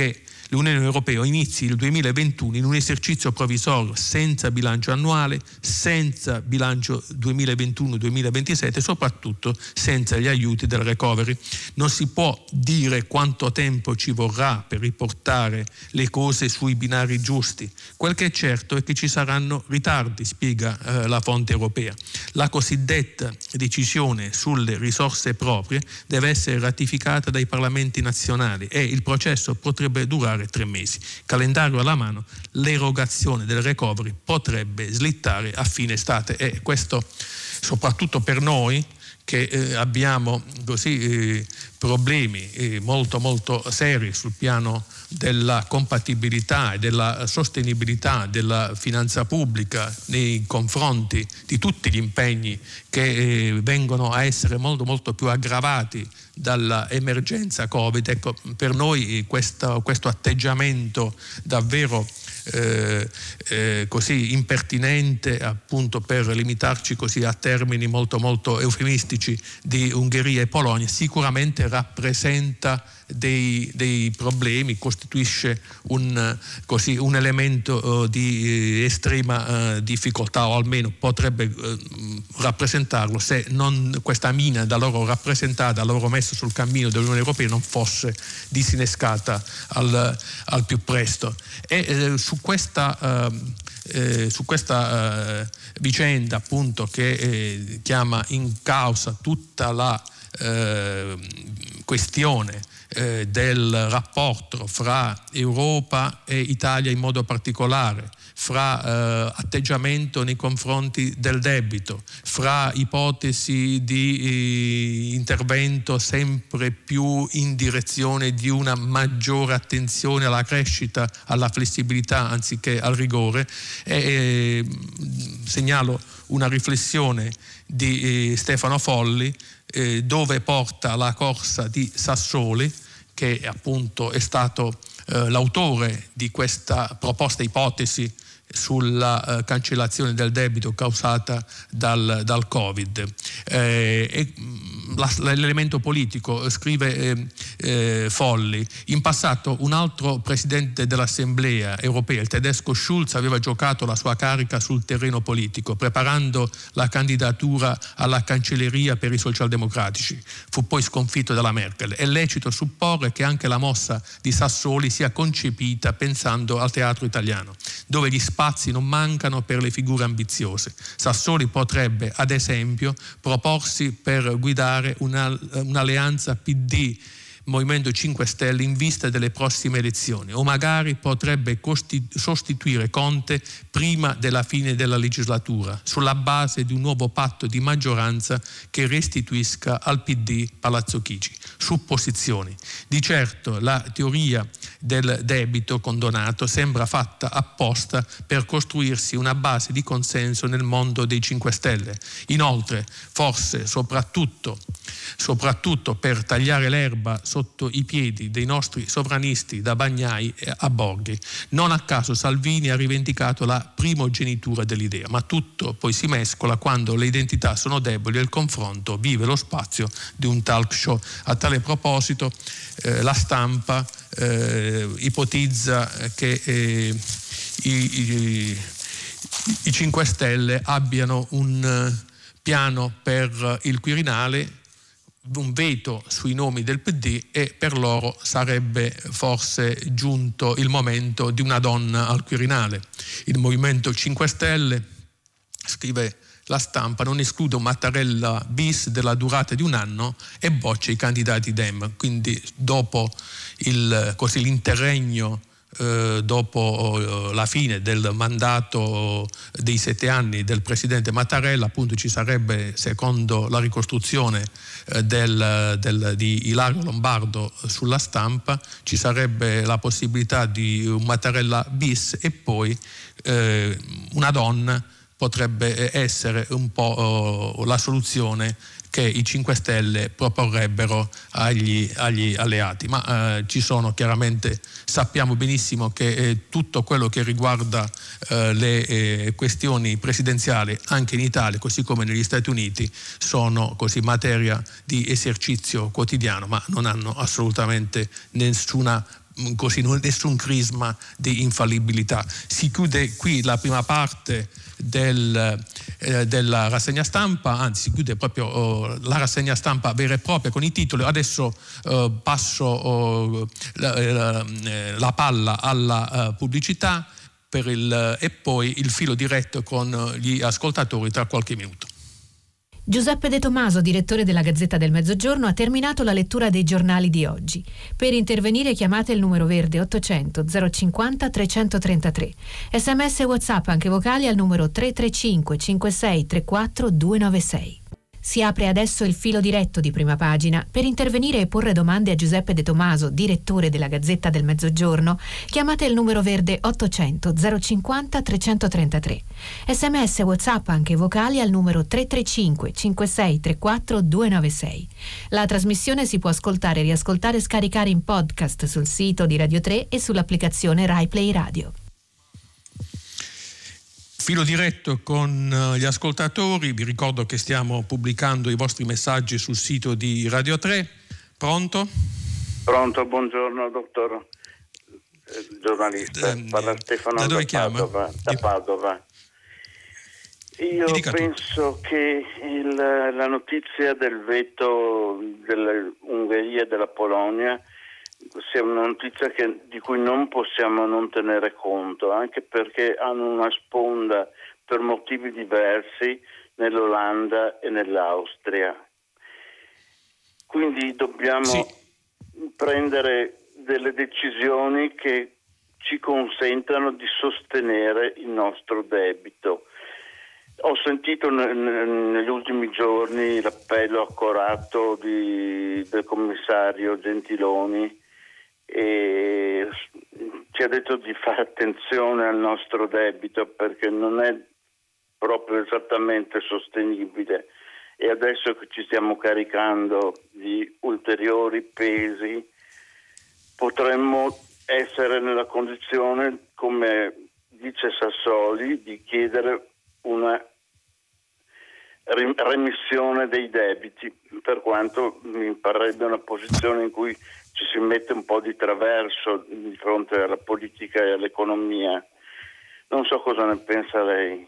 l'Unione Europea inizi il duemilaventuno in un esercizio provvisorio senza bilancio annuale, senza bilancio duemilaventuno duemilaventisette e soprattutto senza gli aiuti del recovery. Non si può dire quanto tempo ci vorrà per riportare le cose sui binari giusti. Quel che è certo è che ci saranno ritardi, spiega eh, la fonte europea. La cosiddetta decisione sulle risorse proprie deve essere ratificata dai parlamenti nazionali e il processo potrebbe durare tre mesi. Calendario alla mano, l'erogazione del recovery potrebbe slittare a fine estate e questo soprattutto per noi che eh, abbiamo così eh, problemi eh, molto molto seri sul piano della compatibilità e della sostenibilità della finanza pubblica nei confronti di tutti gli impegni che eh, vengono a essere molto molto più aggravati dall'emergenza Covid. Ecco, per noi questo, questo atteggiamento davvero Eh, eh, così impertinente, appunto per limitarci così a termini molto molto eufemistici, di Ungheria e Polonia sicuramente rappresenta dei, dei problemi, costituisce un, così, un elemento uh, di estrema uh, difficoltà, o almeno potrebbe uh, rappresentarlo se non questa mina da loro rappresentata, da loro messa sul cammino dell'Unione Europea non fosse disinnescata al, al più presto. E eh, su questa uh, Eh, su questa eh, vicenda appunto che eh, chiama in causa tutta la eh, questione eh, del rapporto fra Europa e Italia in modo particolare, fra eh, atteggiamento nei confronti del debito, fra ipotesi di eh, intervento sempre più in direzione di una maggiore attenzione alla crescita, alla flessibilità anziché al rigore. E, eh, segnalo una riflessione di eh, Stefano Folli eh, dove porta la corsa di Sassoli, che appunto è stato eh, l'autore di questa proposta ipotesi sulla eh, cancellazione del debito causata dal, dal Covid. Eh, e, la, l'elemento politico, scrive eh, eh, Folli, in passato un altro presidente dell'Assemblea europea, il tedesco Schulz, aveva giocato la sua carica sul terreno politico, preparando la candidatura alla cancelleria per i socialdemocratici. Fu poi sconfitto dalla Merkel. È lecito supporre che anche la mossa di Sassoli sia concepita pensando al teatro italiano, dove gli spazi non mancano per le figure ambiziose. Sassoli potrebbe, ad esempio, proporsi per guidare una, un'alleanza P D Movimento cinque Stelle in vista delle prossime elezioni, o magari potrebbe costi- sostituire Conte prima della fine della legislatura, sulla base di un nuovo patto di maggioranza che restituisca al P D Palazzo Chigi. Supposizioni. Di certo la teoria del debito condonato sembra fatta apposta per costruirsi una base di consenso nel mondo dei cinque Stelle. Inoltre, forse soprattutto, soprattutto per tagliare l'erba sotto i piedi dei nostri sovranisti da Bagnai a Borghi. Non a caso Salvini ha rivendicato la primogenitura dell'idea, ma tutto poi si mescola quando le identità sono deboli e il confronto vive lo spazio di un talk show. A tale proposito eh, la Stampa eh, ipotizza che eh, i, i, i cinque Stelle abbiano un uh, piano per il Quirinale, un veto sui nomi del P D, e per loro sarebbe forse giunto il momento di una donna al Quirinale. Il Movimento cinque Stelle, scrive la Stampa, non esclude un Mattarella bis della durata di un anno e boccia i candidati Dem. Quindi dopo il, così, l'interregno Eh, dopo eh, la fine del mandato dei sette anni del presidente Mattarella, appunto ci sarebbe, secondo la ricostruzione eh, del, del, di Ilario Lombardo sulla Stampa, ci sarebbe la possibilità di un Mattarella bis e poi eh, una donna potrebbe essere un po' eh, la soluzione che i cinque Stelle proporrebbero agli, agli alleati. Ma eh, ci sono chiaramente, sappiamo benissimo che eh, tutto quello che riguarda eh, le eh, questioni presidenziali anche in Italia, così come negli Stati Uniti, sono così materia di esercizio quotidiano, ma non hanno assolutamente nessuna così, non nessun crisma di infallibilità. Si chiude qui la prima parte del, eh, della rassegna stampa, anzi si chiude proprio oh, la rassegna stampa vera e propria con i titoli. Adesso eh, passo oh, la, la, la palla alla uh, pubblicità per il, e poi il filo diretto con gli ascoltatori tra qualche minuto. Giuseppe De Tomaso, direttore della Gazzetta del Mezzogiorno, ha terminato la lettura dei giornali di oggi. Per intervenire chiamate il numero verde ottocento zero cinquanta trecentotrentatré. Sms e WhatsApp anche vocali al numero tre tre cinque cinque sei tre quattro due nove sei. Si apre adesso il filo diretto di Prima Pagina. Per intervenire e porre domande a Giuseppe De Tomaso, direttore della Gazzetta del Mezzogiorno, chiamate il numero verde ottocento zero cinquanta trecentotrentatré. Sms e WhatsApp anche vocali al numero tre tre cinque cinque sei tre quattro due nove sei. La trasmissione si può ascoltare, riascoltare e scaricare in podcast sul sito di Radio tre e sull'applicazione Rai Play Radio. Filo diretto con gli ascoltatori, vi ricordo che stiamo pubblicando i vostri messaggi sul sito di Radio tre. Pronto? Pronto, buongiorno dottor eh, giornalista, eh, parla Stefano da, dove da Padova. Da Padova. Io penso tutto. che il, la notizia del veto dell'Ungheria e della Polonia sia una notizia che, di cui non possiamo non tenere conto, anche perché hanno una sponda per motivi diversi nell'Olanda e nell'Austria. Quindi dobbiamo sì. prendere delle decisioni che ci consentano di sostenere il nostro debito. Ho sentito ne, ne, negli ultimi giorni l'appello accorato di, del commissario Gentiloni, e ci ha detto di fare attenzione al nostro debito perché non è proprio esattamente sostenibile, e adesso che ci stiamo caricando di ulteriori pesi potremmo essere nella condizione, come dice Sassoli, di chiedere una remissione dei debiti, per quanto mi parrebbe una posizione in cui ci si mette un po' di traverso di fronte alla politica e all'economia. Non so cosa ne pensa lei.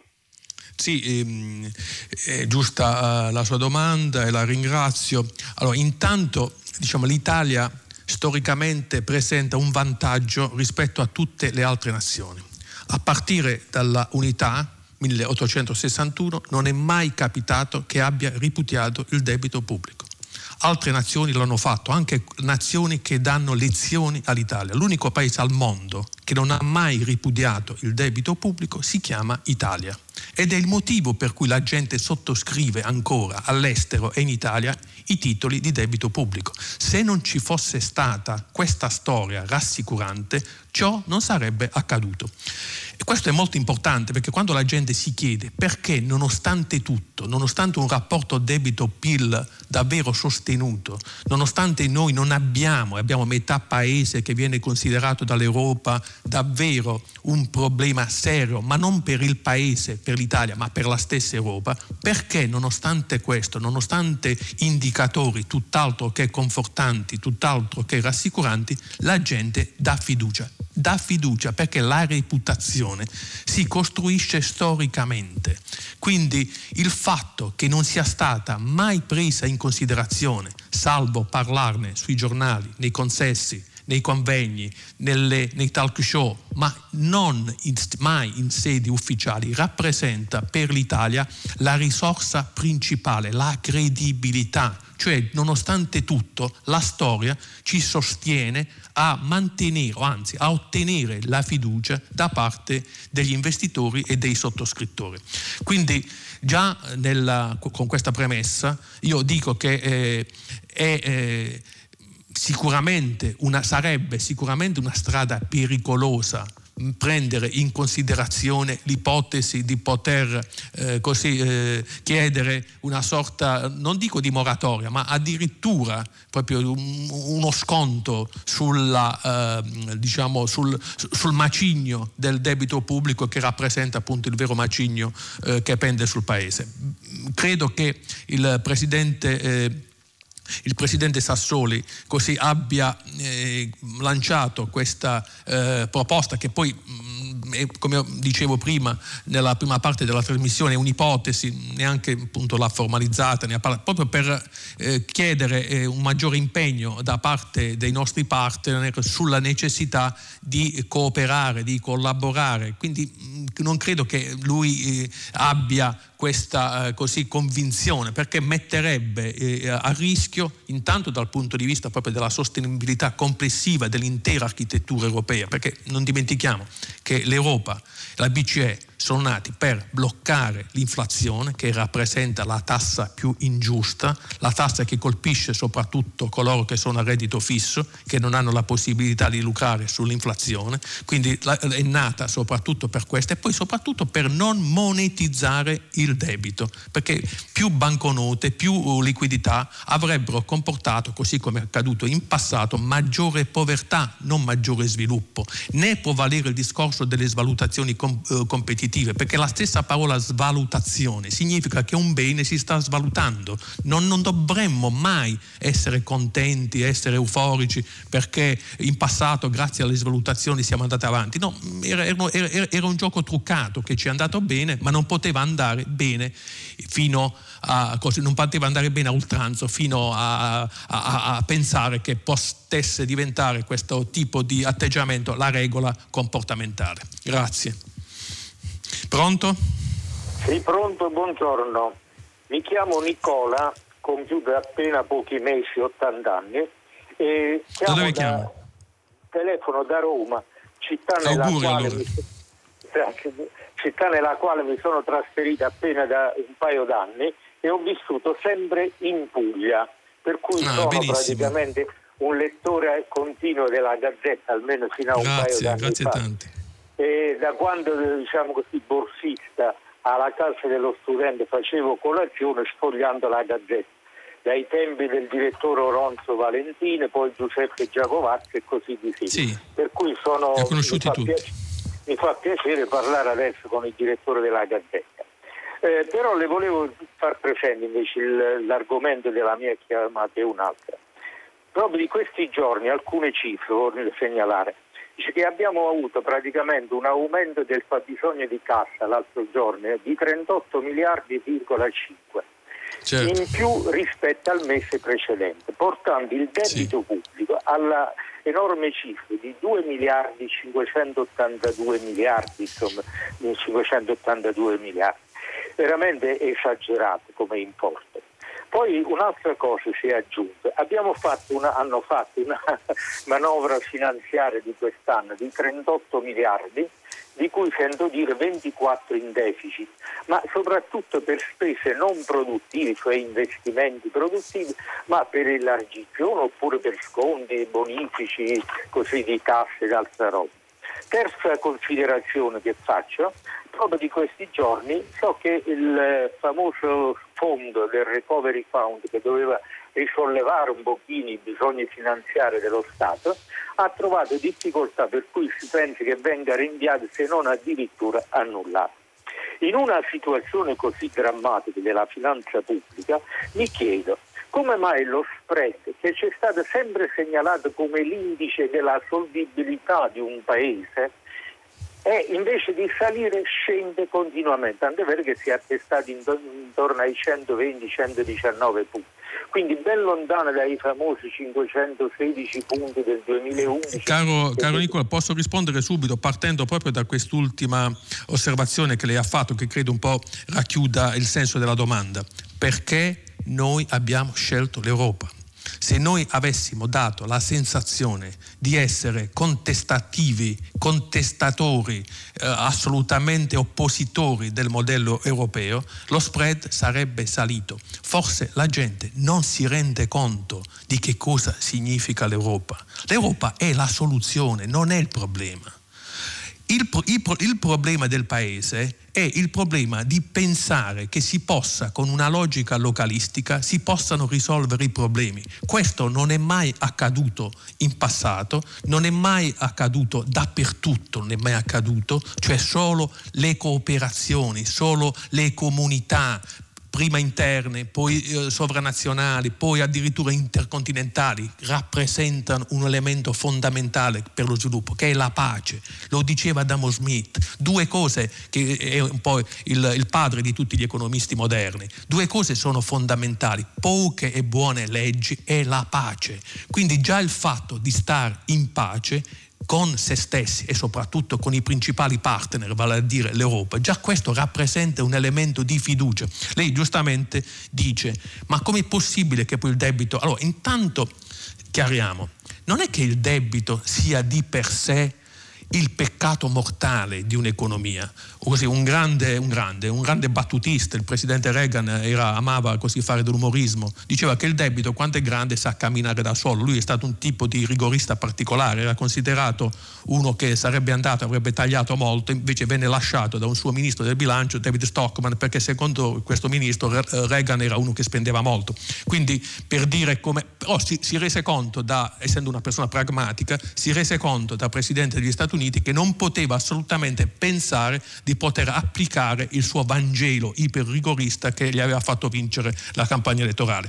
Sì, ehm, è giusta la sua domanda e la ringrazio. Allora, intanto, diciamo, l'Italia storicamente presenta un vantaggio rispetto a tutte le altre nazioni. A partire dalla unità milleottocentosessantuno non è mai capitato che abbia ripudiato il debito pubblico. Altre nazioni l'hanno fatto, anche nazioni che danno lezioni all'Italia. L'unico paese al mondo che non ha mai ripudiato il debito pubblico si chiama Italia. Ed è il motivo per cui la gente sottoscrive ancora all'estero e in Italia i titoli di debito pubblico. Se non ci fosse stata questa storia rassicurante, ciò non sarebbe accaduto. E questo è molto importante, perché quando la gente si chiede perché nonostante tutto, nonostante un rapporto debito-P I L davvero sostenuto, nonostante noi non abbiamo, abbiamo metà paese che viene considerato dall'Europa davvero un problema serio, ma non per il paese, per l'Italia, ma per la stessa Europa, perché nonostante questo, nonostante indicatori tutt'altro che confortanti, tutt'altro che rassicuranti, la gente dà fiducia. Dà fiducia perché la reputazione si costruisce storicamente. Quindi il fatto che non sia stata mai presa in considerazione, salvo parlarne sui giornali, nei consessi, nei convegni, nelle, nei talk show, ma non in, mai in sedi ufficiali, rappresenta per l'Italia la risorsa principale, la credibilità. Cioè, nonostante tutto, la storia ci sostiene a mantenere, o anzi a ottenere la fiducia da parte degli investitori e dei sottoscrittori. Quindi già nella, con questa premessa io dico che eh, è eh, sicuramente una, sarebbe sicuramente una strada pericolosa prendere in considerazione l'ipotesi di poter eh, così eh, chiedere una sorta, non dico di moratoria, ma addirittura proprio un, uno sconto sulla, eh, diciamo sul, sul macigno del debito pubblico, che rappresenta appunto il vero macigno eh, che pende sul paese. Credo che il presidente eh, il presidente Sassoli così abbia eh, lanciato questa eh, proposta che poi mh, come dicevo prima nella prima parte della trasmissione è un'ipotesi, neanche appunto l'ha formalizzata, ne ha parlato, proprio per eh, chiedere eh, un maggiore impegno da parte dei nostri partner sulla necessità di cooperare, di collaborare. Quindi mh, non credo che lui eh, abbia questa eh, così convinzione, perché metterebbe eh, a rischio intanto dal punto di vista proprio della sostenibilità complessiva dell'intera architettura europea, perché non dimentichiamo che l'Europa, la B C E sono nati per bloccare l'inflazione, che rappresenta la tassa più ingiusta, la tassa che colpisce soprattutto coloro che sono a reddito fisso, che non hanno la possibilità di lucrare sull'inflazione, quindi è nata soprattutto per questo, e poi soprattutto per non monetizzare il debito, perché più banconote, più liquidità avrebbero comportato, così come è accaduto in passato, maggiore povertà, non maggiore sviluppo. Né può valere il discorso delle svalutazioni com- eh, competitive, perché la stessa parola svalutazione significa che un bene si sta svalutando. Non, non dovremmo mai essere contenti, essere euforici perché in passato grazie alle svalutazioni siamo andati avanti. No, era, era, era, era un gioco truccato che ci è andato bene, ma non poteva andare bene fino a così, non poteva andare bene a oltranza fino a, a, a, a pensare che potesse diventare questo tipo di atteggiamento la regola comportamentale. Grazie. Pronto? Sì, pronto, buongiorno. Mi chiamo Nicola, compiuto appena pochi mesi, ottanta anni, e chiamo da dove da, chiama? telefono da Roma, città nella, Auguri, quale allora. mi, città nella quale mi sono trasferita appena da un paio d'anni e ho vissuto sempre in Puglia, per cui ah, sono benissimo. praticamente un lettore continuo della Gazzetta, almeno fino a un grazie, paio d'anni grazie fa. tanti. E da quando, diciamo così, borsista alla Casa dello Studente facevo colazione sfogliando la Gazzetta, dai tempi del direttore Oronzo Valentini, poi Giuseppe Giacovazzi e così di sì. Sì, per cui sono, li ho conosciuti mi, fa tutti. piace, mi fa piacere parlare adesso con il direttore della Gazzetta. Eh, però le volevo far presente invece il, l'argomento della mia chiamata è un'altra. Proprio di questi giorni alcune cifre voglio segnalare. Dice che abbiamo avuto praticamente un aumento del fabbisogno di cassa l'altro giorno di trentotto miliardi virgola cinque certo. in più rispetto al mese precedente, portando il debito sì. pubblico alla enorme cifra di due miliardi cinquecentottantadue miliardi, insomma, cinquecentottantadue miliardi. Veramente esagerato come importo. Poi un'altra cosa si è aggiunta, abbiamo fatto una, hanno fatto una manovra finanziaria di quest'anno di trentotto miliardi, di cui sento dire ventiquattro in deficit, ma soprattutto per spese non produttive, cioè investimenti produttivi, ma per elargizione oppure per sconti, bonifici, così di tasse ed altra roba. Terza considerazione che faccio, proprio di questi giorni so che il famoso fondo del Recovery Fund, che doveva risollevare un pochino i bisogni finanziari dello Stato, ha trovato difficoltà, per cui si pensa che venga rinviato, se non addirittura annullato. In una situazione così drammatica della finanza pubblica mi chiedo come mai lo spread, che c'è stato sempre segnalato come l'indice della solvibilità di un paese, e invece di salire scende continuamente, tant'è vero che si è attestato intorno ai centoventi centodiciannove punti, quindi ben lontano dai famosi cinquecentosedici punti del duemilaundici. Caro, caro Nicola, posso rispondere subito partendo proprio da quest'ultima osservazione che lei ha fatto, che credo un po' racchiuda il senso della domanda. Perché noi abbiamo scelto l'Europa? Se noi avessimo dato la sensazione di essere contestativi, contestatori, eh, assolutamente oppositori del modello europeo, lo spread sarebbe salito. Forse la gente non si rende conto di che cosa significa l'Europa. L'Europa è la soluzione, non è il problema. Il, il, il problema del paese è il problema di pensare che si possa, con una logica localistica, si possano risolvere i problemi. Questo non è mai accaduto in passato, non è mai accaduto dappertutto, non è mai accaduto, cioè solo le cooperazioni, solo le comunità prima interne, poi eh, sovranazionali, poi addirittura intercontinentali, rappresentano un elemento fondamentale per lo sviluppo, che è la pace. Lo diceva Adam Smith, due cose, che è un po' il, il padre di tutti gli economisti moderni, due cose sono fondamentali: poche e buone leggi e la pace. Quindi già il fatto di stare in pace con se stessi e soprattutto con i principali partner, vale a dire l'Europa, già questo rappresenta un elemento di fiducia. Lei giustamente dice: ma com'è possibile che poi il debito... Allora, intanto chiariamo, non è che il debito sia di per sé il peccato mortale di un'economia. O così, un grande, un grande, un grande battutista, il presidente Reagan, era, amava così fare dell'umorismo, diceva che il debito, quando è grande, sa camminare da solo. Lui è stato un tipo di rigorista particolare, era considerato uno che sarebbe andato, avrebbe tagliato molto, invece venne lasciato da un suo ministro del bilancio, David Stockman, perché secondo questo ministro Reagan era uno che spendeva molto. Quindi, per dire come... Però si, si rese conto, da, essendo una persona pragmatica, si rese conto da presidente degli Stati Uniti che non poteva assolutamente pensare di poter applicare il suo Vangelo iperrigorista che gli aveva fatto vincere la campagna elettorale.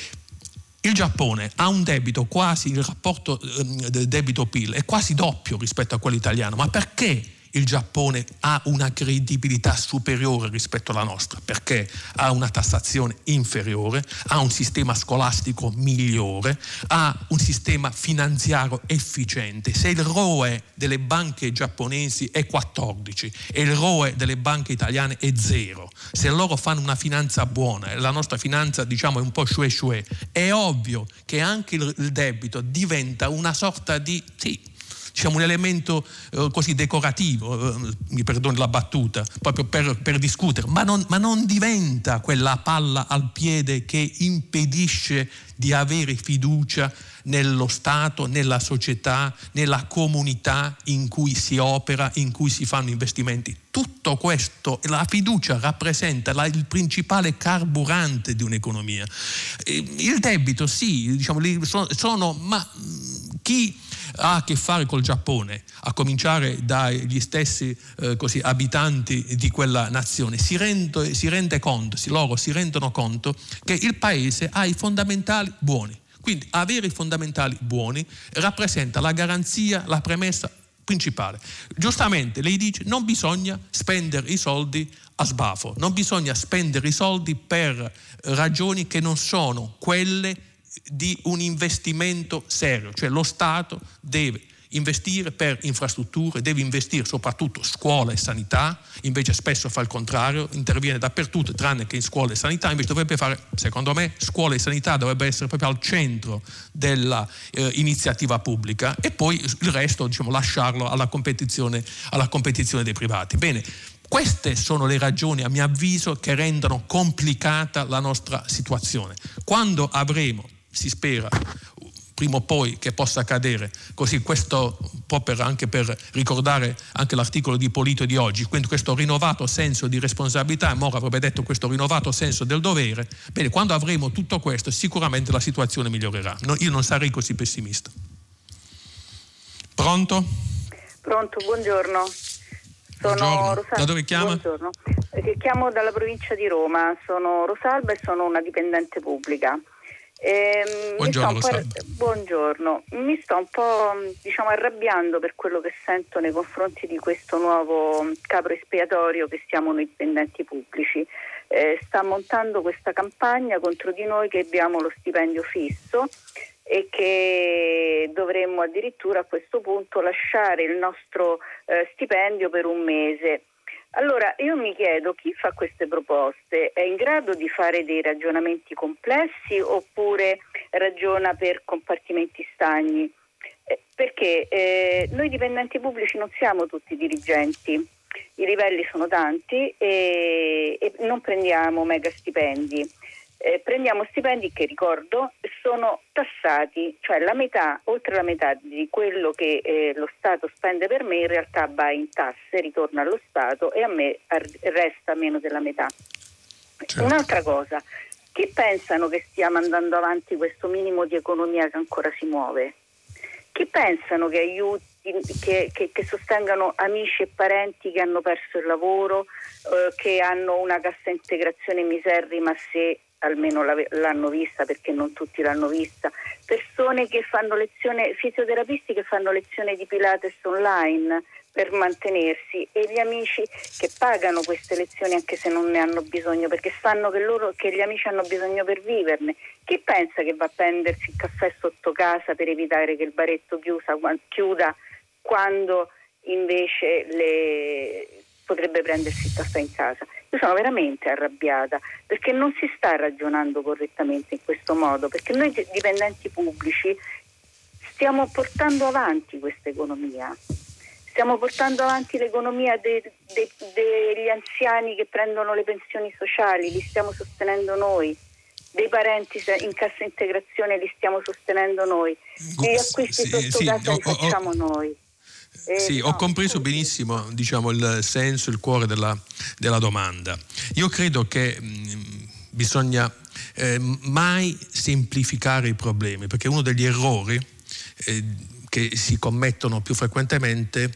Il Giappone ha un debito quasi, il rapporto eh, debito-P I L è quasi doppio rispetto a quello italiano. Ma perché il Giappone ha una credibilità superiore rispetto alla nostra? Perché ha una tassazione inferiore, ha un sistema scolastico migliore, ha un sistema finanziario efficiente. Se il R O E delle banche giapponesi è quattordici e il R O E delle banche italiane è zero, se loro fanno una finanza buona e la nostra finanza, diciamo, è un po' shue shue, è ovvio che anche il, il debito diventa una sorta di... sì, diciamo un elemento eh, così decorativo, eh, mi perdoni la battuta, proprio per, per discutere, ma non, ma non diventa quella palla al piede che impedisce di avere fiducia nello Stato, nella società, nella comunità in cui si opera, in cui si fanno investimenti. Tutto questo, la fiducia rappresenta la, il principale carburante di un'economia. Il debito, sì, diciamo, sono, sono ma chi ha a che fare col Giappone, a cominciare dagli stessi eh, così, abitanti di quella nazione, si rende, si rende conto, si, loro si rendono conto che il paese ha i fondamentali buoni. Quindi avere i fondamentali buoni rappresenta la garanzia, la premessa principale. Giustamente lei dice: non bisogna spendere i soldi a sbafo, non bisogna spendere i soldi per ragioni che non sono quelle di un investimento serio, cioè lo Stato deve investire per infrastrutture, deve investire soprattutto scuola e sanità, invece spesso fa il contrario, interviene dappertutto tranne che in scuola e sanità. Invece dovrebbe fare, secondo me, scuola e sanità dovrebbe essere proprio al centro della eh, iniziativa pubblica, e poi il resto, diciamo, lasciarlo alla competizione, alla competizione dei privati. Bene, queste sono le ragioni, a mio avviso, che rendono complicata la nostra situazione. Quando avremo, si spera prima o poi che possa accadere, così questo un po' per, anche per ricordare anche l'articolo di Polito di oggi, quindi questo rinnovato senso di responsabilità, Moro avrebbe detto questo rinnovato senso del dovere. Bene, quando avremo tutto questo sicuramente la situazione migliorerà. No, io non sarei così pessimista. Pronto? Pronto, buongiorno. Sono Buongiorno. Rosalba. Da dove chiama? Buongiorno. Chiamo dalla provincia di Roma, sono Rosalba e sono una dipendente pubblica. Eh, buongiorno, mi sto un po', buongiorno, mi sto un po' diciamo arrabbiando per quello che sento nei confronti di questo nuovo capro espiatorio che siamo noi dipendenti pubblici. Eh, sta montando questa campagna contro di noi che abbiamo lo stipendio fisso e che dovremmo addirittura a questo punto lasciare il nostro eh, stipendio per un mese. Allora io mi chiedo, chi fa queste proposte è in grado di fare dei ragionamenti complessi oppure ragiona per compartimenti stagni? Eh, perché eh, noi dipendenti pubblici non siamo tutti dirigenti, i livelli sono tanti e, e non prendiamo mega stipendi. Eh, prendiamo stipendi che, ricordo, sono tassati, cioè la metà, oltre la metà di quello che eh, lo Stato spende per me in realtà va in tasse, ritorna allo Stato e a me resta meno della metà. Certo. Un'altra cosa, chi pensano che stiamo andando avanti questo minimo di economia che ancora si muove? Chi pensano che aiuti, che, che, che sostengano amici e parenti che hanno perso il lavoro, eh, che hanno una cassa integrazione miserrima se almeno l'hanno vista, perché non tutti l'hanno vista, persone che fanno lezione, fisioterapisti che fanno lezione di Pilates online per mantenersi, e gli amici che pagano queste lezioni anche se non ne hanno bisogno, perché sanno che loro, che gli amici hanno bisogno per viverne. Chi pensa che va a prendersi il caffè sotto casa per evitare che il baretto chiusa, chiuda quando invece le... potrebbe prendersi il caffè in casa? Io sono veramente arrabbiata, perché non si sta ragionando correttamente in questo modo, perché noi dipendenti pubblici stiamo portando avanti questa economia. Stiamo portando avanti l'economia de, de, degli anziani che prendono le pensioni sociali, li stiamo sostenendo noi, dei parenti in cassa integrazione li stiamo sostenendo noi, gli acquisti sì, sotto sì, casa li facciamo oh, noi. Eh, sì, no, ho compreso benissimo, diciamo, il senso, il cuore della, della domanda. Io credo che mh, bisogna eh, mai semplificare i problemi, perché uno degli errori eh, che si commettono più frequentemente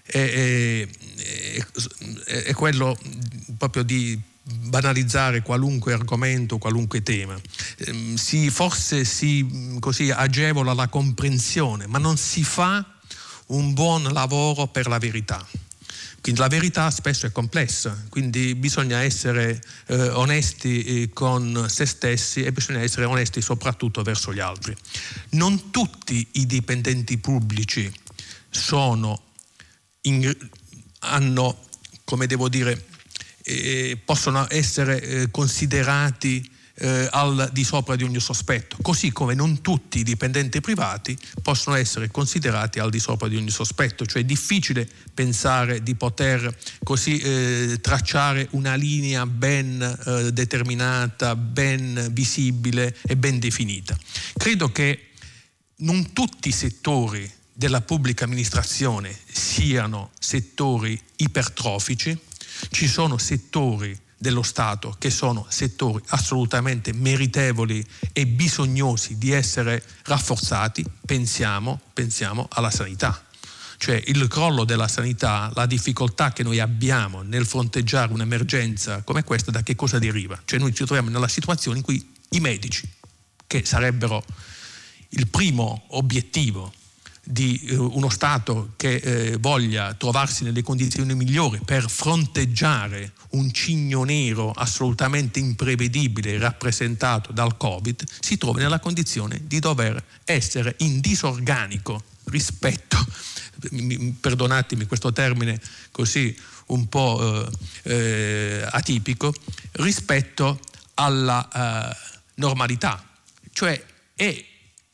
è, è, è quello proprio di banalizzare qualunque argomento, qualunque tema. Si, forse si così agevola la comprensione, ma non si fa un buon lavoro per la verità. Quindi la verità spesso è complessa, quindi bisogna essere eh, onesti eh, con se stessi e bisogna essere onesti soprattutto verso gli altri. Non tutti i dipendenti pubblici sono in, hanno, come devo dire, eh, possono essere eh, considerati Eh, al di sopra di ogni sospetto, così come non tutti i dipendenti privati possono essere considerati al di sopra di ogni sospetto. Cioè è difficile pensare di poter così eh, tracciare una linea ben eh, determinata, ben visibile e ben definita. Credo che non tutti i settori della pubblica amministrazione siano settori ipertrofici, ci sono settori dello Stato che sono settori assolutamente meritevoli e bisognosi di essere rafforzati. Pensiamo, pensiamo alla sanità. Cioè il crollo della sanità, la difficoltà che noi abbiamo nel fronteggiare un'emergenza come questa, da che cosa deriva? Cioè noi ci troviamo nella situazione in cui i medici, che sarebbero il primo obiettivo di eh, uno Stato che eh, voglia trovarsi nelle condizioni migliori per fronteggiare un cigno nero assolutamente imprevedibile rappresentato dal Covid, si trova nella condizione di dover essere in disorganico rispetto, perdonatemi questo termine così un po' eh, eh, atipico, rispetto alla eh, normalità. Cioè è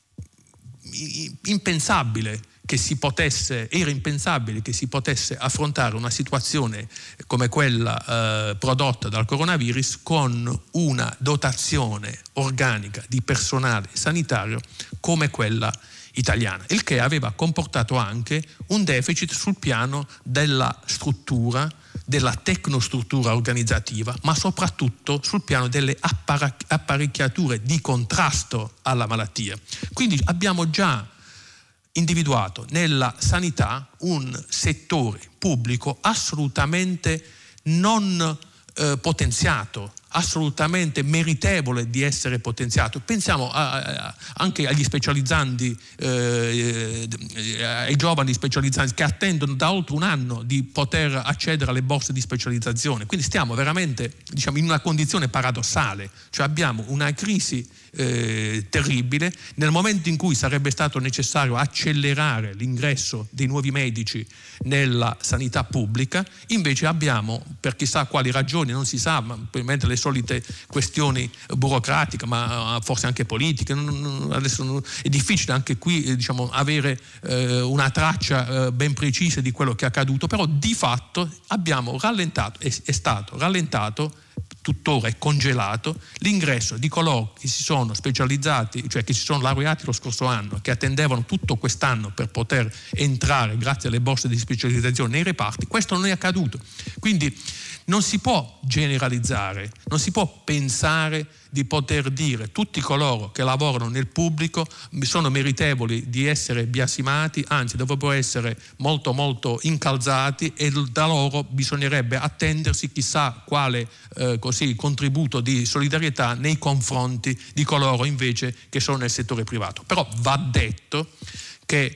impensabile che si potesse, era impensabile che si potesse affrontare una situazione come quella eh, prodotta dal coronavirus con una dotazione organica di personale sanitario come quella italiana, il che aveva comportato anche un deficit sul piano della struttura, della tecnostruttura organizzativa, ma soprattutto sul piano delle apparecchiature di contrasto alla malattia. Quindi abbiamo già individuato nella sanità un settore pubblico assolutamente non eh, potenziato, assolutamente meritevole di essere potenziato. Pensiamo a, a, anche agli specializzandi, eh, ai giovani specializzanti che attendono da oltre un anno di poter accedere alle borse di specializzazione. Quindi stiamo veramente, diciamo, in una condizione paradossale, cioè abbiamo una crisi eh, terribile nel momento in cui sarebbe stato necessario accelerare l'ingresso dei nuovi medici nella sanità pubblica. Invece abbiamo, per chissà quali ragioni, non si sa, ma probabilmente le solite questioni burocratiche, ma forse anche politiche, non, non, adesso non, è difficile anche qui eh, diciamo, avere eh, una traccia eh, ben precisa di quello che è accaduto, però di fatto abbiamo rallentato, è, è stato rallentato, tuttora è congelato l'ingresso di coloro che si sono specializzati, cioè che si sono laureati lo scorso anno, che attendevano tutto quest'anno per poter entrare grazie alle borse di specializzazione nei reparti. Questo non è accaduto, quindi non si può generalizzare, non si può pensare di poter dire tutti coloro che lavorano nel pubblico sono meritevoli di essere biasimati, anzi dovrebbero essere molto molto incalzati, e da loro bisognerebbe attendersi chissà quale eh, così contributo di solidarietà nei confronti di coloro invece che sono nel settore privato. Però va detto che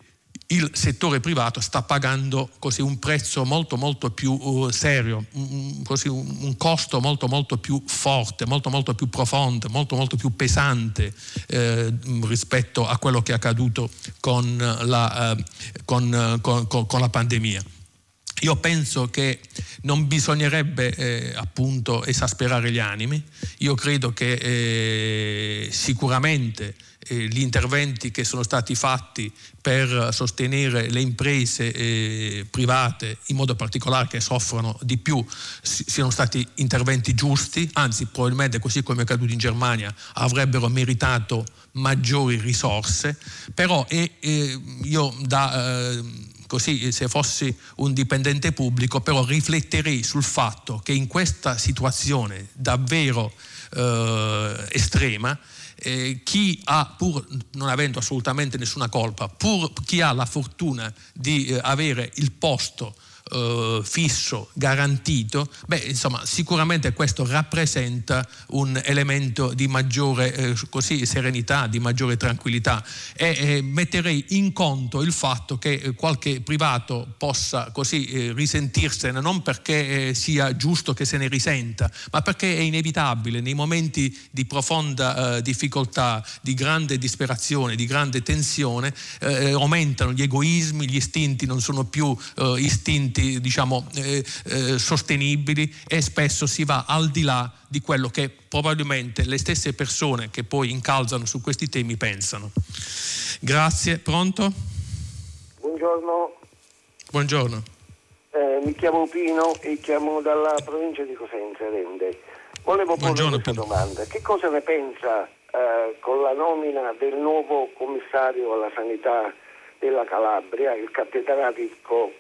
il settore privato sta pagando così un prezzo molto molto più uh, serio, un, così un, un costo molto molto più forte, molto molto più profondo, molto molto più pesante eh, rispetto a quello che è accaduto con la, uh, con, con, con, con la pandemia. Io penso che non bisognerebbe eh, appunto esasperare gli animi. Io credo che eh, sicuramente eh, gli interventi che sono stati fatti per sostenere le imprese eh, private, in modo particolare che soffrono di più, si, siano stati interventi giusti, anzi probabilmente, così come è accaduto in Germania, avrebbero meritato maggiori risorse. Però eh, eh, io da eh, così, se fossi un dipendente pubblico, però rifletterei sul fatto che in questa situazione davvero eh, estrema, eh, chi ha, pur non avendo assolutamente nessuna colpa, pur chi ha la fortuna di eh, avere il posto Uh, fisso, garantito, beh, insomma, sicuramente questo rappresenta un elemento di maggiore eh, così, serenità, di maggiore tranquillità, e eh, metterei in conto il fatto che eh, qualche privato possa così eh, risentirsene, non perché eh, sia giusto che se ne risenta, ma perché è inevitabile nei momenti di profonda eh, difficoltà, di grande disperazione, di grande tensione, eh, aumentano gli egoismi, gli istinti non sono più eh, istinti diciamo eh, eh, sostenibili, e spesso si va al di là di quello che probabilmente le stesse persone che poi incalzano su questi temi pensano. Grazie. Pronto? Buongiorno. Buongiorno. Eh, mi chiamo Pino e chiamo dalla provincia di Cosenza, Rende. Volevo porre questa domanda: che cosa ne pensa eh, con la nomina del nuovo commissario alla sanità della Calabria, il cattedratico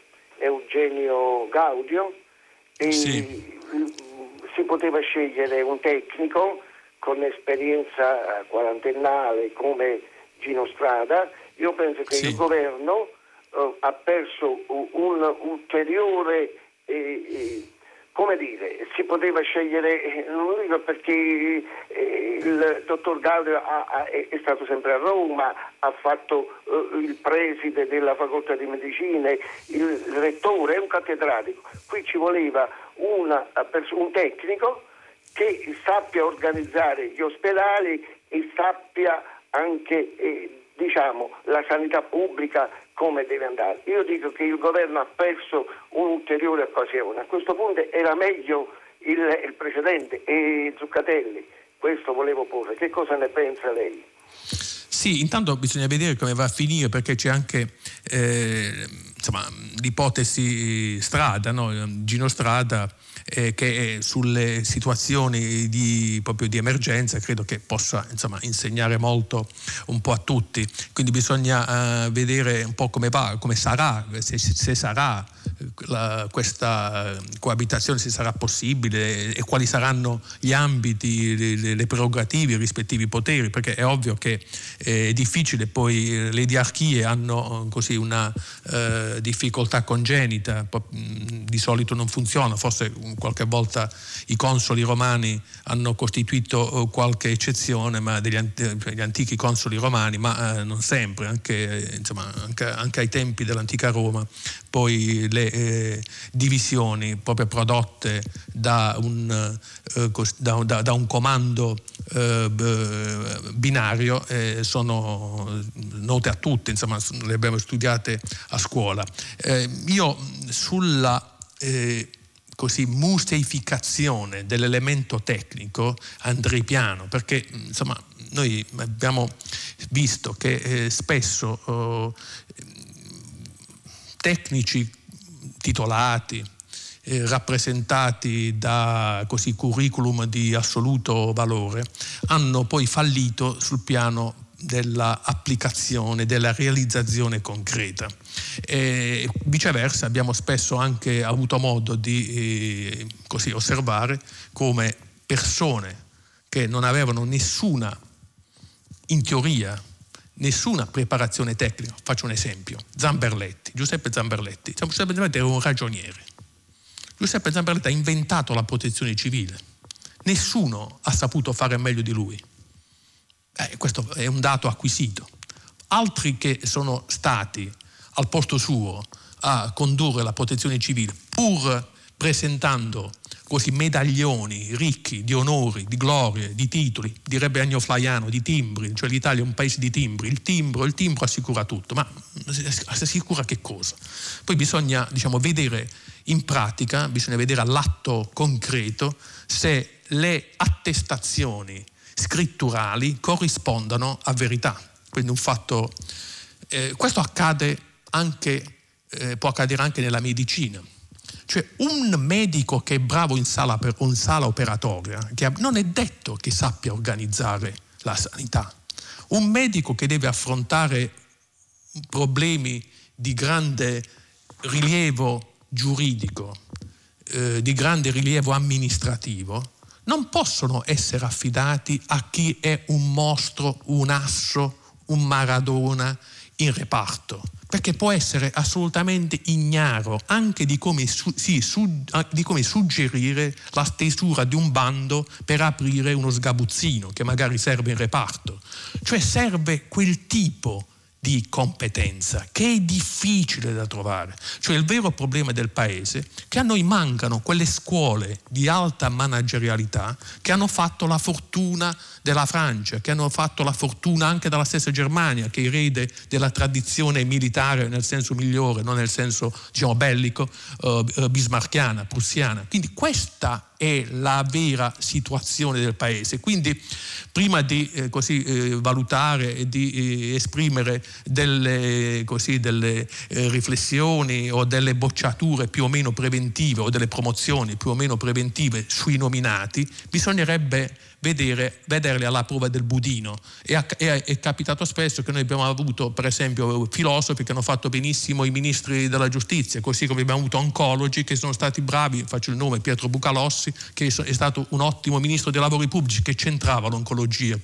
Eugenio Gaudio? E sì. Si poteva scegliere un tecnico con esperienza quarantennale come Gino Strada. Io penso che sì. il governo uh, ha perso un ulteriore eh, eh, come dire, si poteva scegliere, non lo dico perché eh, il dottor Gaudio ha, ha, è stato sempre a Roma, ha fatto eh, il preside della facoltà di medicina, il rettore, è un cattedratico. Qui ci voleva una, un tecnico che sappia organizzare gli ospedali e sappia anche eh, diciamo la sanità pubblica come deve andare. Io dico che il governo ha perso un'ulteriore occasione. A questo punto era meglio il, il precedente e Zuccatelli. Questo volevo porre. Che cosa ne pensa lei? Sì, intanto bisogna vedere come va a finire, perché c'è anche eh, insomma, l'ipotesi Strada, no? Gino Strada, eh, che sulle situazioni di, proprio di emergenza credo che possa insomma, insegnare molto un po' a tutti. Quindi bisogna uh, vedere un po' come va, come sarà, se, se sarà la, questa coabitazione, se sarà possibile, e quali saranno gli ambiti, le, le prerogative, i rispettivi poteri, perché è ovvio che è difficile, poi le diarchie hanno così una eh, difficoltà congenita, di solito non funziona, forse qualche volta i consoli romani hanno costituito qualche eccezione, ma degli, degli antichi consoli romani, ma eh, non sempre, anche, insomma, anche, anche ai tempi dell'antica Roma, poi le eh, divisioni proprio prodotte da un, eh, da, da, da un comando eh, binario eh, sono note a tutti, insomma le abbiamo studiate a scuola. Eh, io sulla eh, così museificazione dell'elemento tecnico andrei piano, perché insomma noi abbiamo visto che eh, spesso oh, tecnici titolati, eh, rappresentati da così curriculum di assoluto valore, hanno poi fallito sul piano della applicazione, della realizzazione concreta. E viceversa abbiamo spesso anche avuto modo di eh, così osservare come persone che non avevano nessuna, in teoria, nessuna preparazione tecnica. Faccio un esempio: Zamberletti, Giuseppe Zamberletti. Giuseppe Zamberletti era un ragioniere. Giuseppe Zamberletti ha inventato la protezione civile. Nessuno ha saputo fare meglio di lui. Eh, questo è un dato acquisito. Altri che sono stati al posto suo a condurre la protezione civile, pur presentando così medaglioni ricchi di onori, di glorie, di titoli, direbbe Ennio Flaiano, di timbri, cioè l'Italia è un paese di timbri, il timbro, il timbro assicura tutto, ma assicura che cosa? Poi bisogna, diciamo, vedere in pratica, bisogna vedere all'atto concreto se le attestazioni scritturali corrispondano a verità. Quindi un fatto, eh, questo accade anche, eh, può accadere anche nella medicina. Cioè un medico che è bravo in sala, per, in sala operatoria, che non è detto che sappia organizzare la sanità. Un medico che deve affrontare problemi di grande rilievo giuridico, eh, di grande rilievo amministrativo, non possono essere affidati a chi è un mostro, un asso, un Maradona in reparto, perché può essere assolutamente ignaro anche di come, su, sì, su, di come suggerire la stesura di un bando per aprire uno sgabuzzino che magari serve in reparto. Cioè serve quel tipo di competenza che è difficile da trovare. Cioè il vero problema del paese è che a noi mancano quelle scuole di alta managerialità che hanno fatto la fortuna della Francia, che hanno fatto la fortuna anche della stessa Germania, che è erede della tradizione militare nel senso migliore, non nel senso, diciamo, bellico, uh, bismarcchiana, prussiana. Quindi questa è la vera situazione del paese. Quindi prima di eh, così eh, valutare e di eh, esprimere delle, così, delle eh, riflessioni o delle bocciature più o meno preventive o delle promozioni più o meno preventive sui nominati, bisognerebbe vedere, vederli alla prova del budino. E è, è, è capitato spesso che noi abbiamo avuto, per esempio, filosofi che hanno fatto benissimo i ministri della giustizia, così come abbiamo avuto oncologi che sono stati bravi. Faccio il nome: Pietro Bucalossi, che è stato un ottimo ministro dei lavori pubblici, che c'entrava l'oncologia.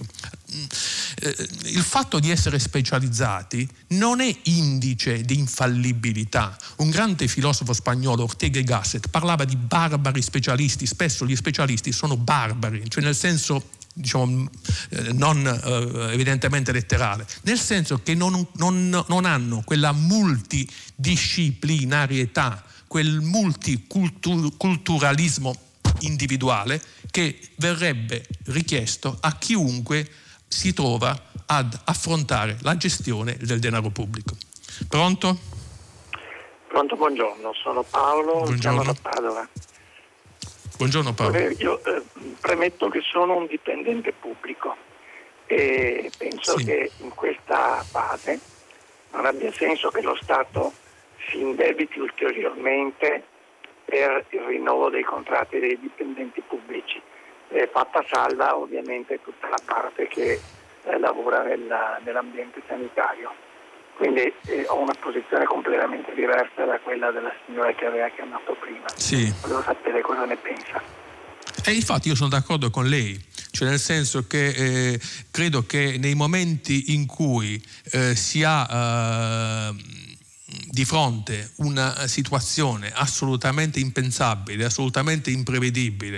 Il fatto di essere specializzati non è indice di infallibilità. Un grande filosofo spagnolo, Ortega y Gasset, parlava di barbari specialisti. Spesso gli specialisti sono barbari, cioè nel senso, diciamo, non eh, evidentemente letterale, nel senso che non, non, non hanno quella multidisciplinarietà, quel multiculturalismo individuale che verrebbe richiesto a chiunque si trova ad affrontare la gestione del denaro pubblico. Pronto? Pronto, buongiorno, sono Paolo, buongiorno. chiamo da Padova. Buongiorno Paolo. Io eh, premetto che sono un dipendente pubblico e penso sì. che in questa fase non abbia senso che lo Stato si indebiti ulteriormente per il rinnovo dei contratti dei dipendenti pubblici, eh, fatta salva ovviamente tutta la parte che eh, lavora nella, nell'ambiente sanitario. Quindi eh, ho una posizione completamente diversa da quella della signora che aveva chiamato prima. Sì. Volevo sapere cosa ne pensa. E infatti io sono d'accordo con lei, cioè nel senso che eh, credo che nei momenti in cui eh, si ha eh, di fronte una situazione assolutamente impensabile, assolutamente imprevedibile,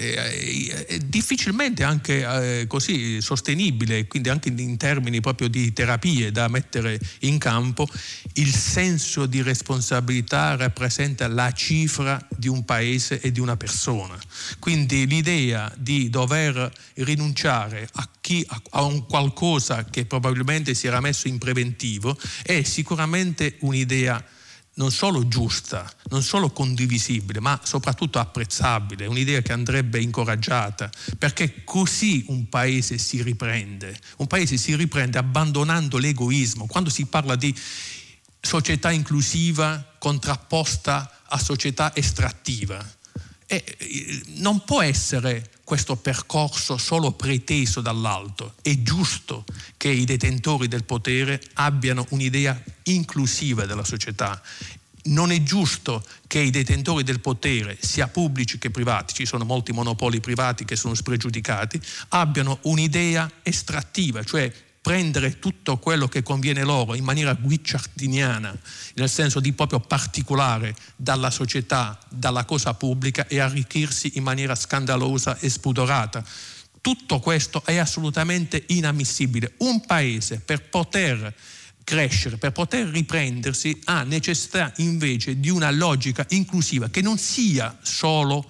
eh, eh, difficilmente anche eh, così sostenibile, quindi anche in termini proprio di terapie da mettere in campo, il senso di responsabilità rappresenta la cifra di un paese e di una persona. Quindi l'idea di dover rinunciare a chi a un qualcosa che probabilmente si era messo in preventivo è sicuramente un'idea non solo giusta, non solo condivisibile, ma soprattutto apprezzabile, un'idea che andrebbe incoraggiata, perché così un paese si riprende. Un paese si riprende abbandonando l'egoismo. Quando si parla di società inclusiva contrapposta a società estrattiva, e non può essere questo percorso solo preteso dall'alto. È giusto che i detentori del potere abbiano un'idea inclusiva della società. non è giusto che i detentori del potere, sia pubblici che privati, ci sono molti monopoli privati che sono spregiudicati, abbiano un'idea estrattiva, cioè prendere tutto quello che conviene loro in maniera guicciardiniana, nel senso di proprio particolare dalla società, dalla cosa pubblica, e arricchirsi in maniera scandalosa e spudorata. Tutto questo è assolutamente inammissibile. Un paese, per poter crescere, per poter riprendersi, ha necessità invece di una logica inclusiva che non sia solo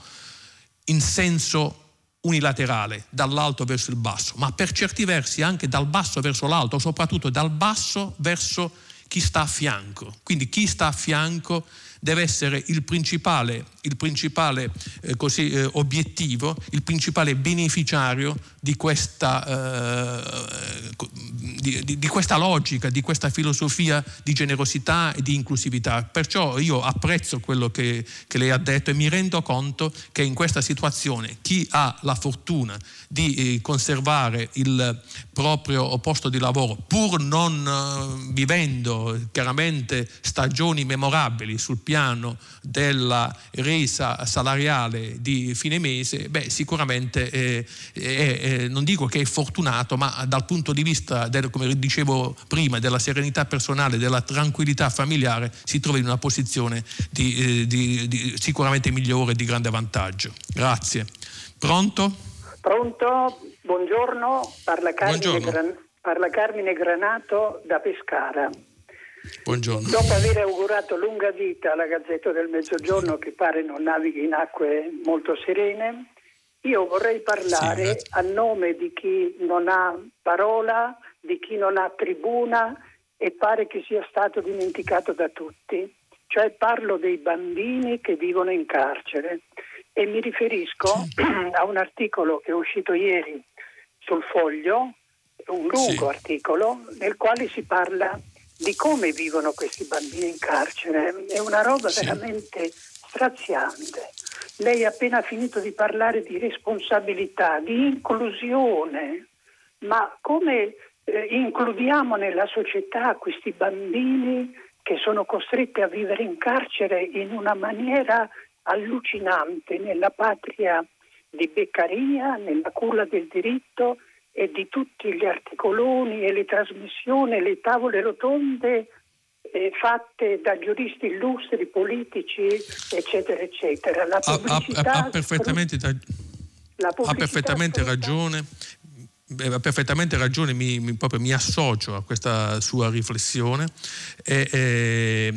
in senso unilaterale, dall'alto verso il basso, ma per certi versi anche dal basso verso l'alto, soprattutto dal basso verso chi sta a fianco. Quindi chi sta a fianco deve essere il principale, il principale eh, così, eh, obiettivo, il principale beneficiario di questa, eh, di, di, di questa logica, di questa filosofia di generosità e di inclusività. Perciò io apprezzo quello che, che lei ha detto e mi rendo conto che in questa situazione chi ha la fortuna di eh, conservare il proprio posto di lavoro, pur non eh, vivendo chiaramente stagioni memorabili sul piano della resa salariale di fine mese, beh, sicuramente eh, eh, eh, non dico che è fortunato, ma dal punto di vista del, come dicevo prima, della serenità personale, della tranquillità familiare, si trova in una posizione di, eh, di, di sicuramente migliore, di grande vantaggio. Grazie. Pronto? Pronto? Buongiorno, parla Carmine, Buongiorno. Gran... parla Carmine Granato da Pescara. Buongiorno. Dopo aver augurato lunga vita alla Gazzetta del Mezzogiorno, che pare non navighi in acque molto serene, io vorrei parlare sì, a nome di chi non ha parola, di chi non ha tribuna e pare che sia stato dimenticato da tutti. Cioè parlo dei bambini che vivono in carcere e mi riferisco sì. a un articolo che è uscito ieri sul Foglio, un lungo sì. articolo nel quale si parla di come vivono questi bambini in carcere. È una roba sì. veramente straziante. Lei ha appena finito di parlare di responsabilità, di inclusione, ma come eh, includiamo nella società questi bambini che sono costretti a vivere in carcere in una maniera allucinante, nella patria di Beccaria, nella culla del diritto e di tutti gli articoloni e le trasmissioni, le tavole rotonde eh, fatte da giuristi illustri, politici, eccetera, eccetera. La pubblicità, ha, ha, ha perfettamente, la ha perfettamente ragione. Ha perfettamente ragione, mi, mi, proprio mi associo a questa sua riflessione. E, e,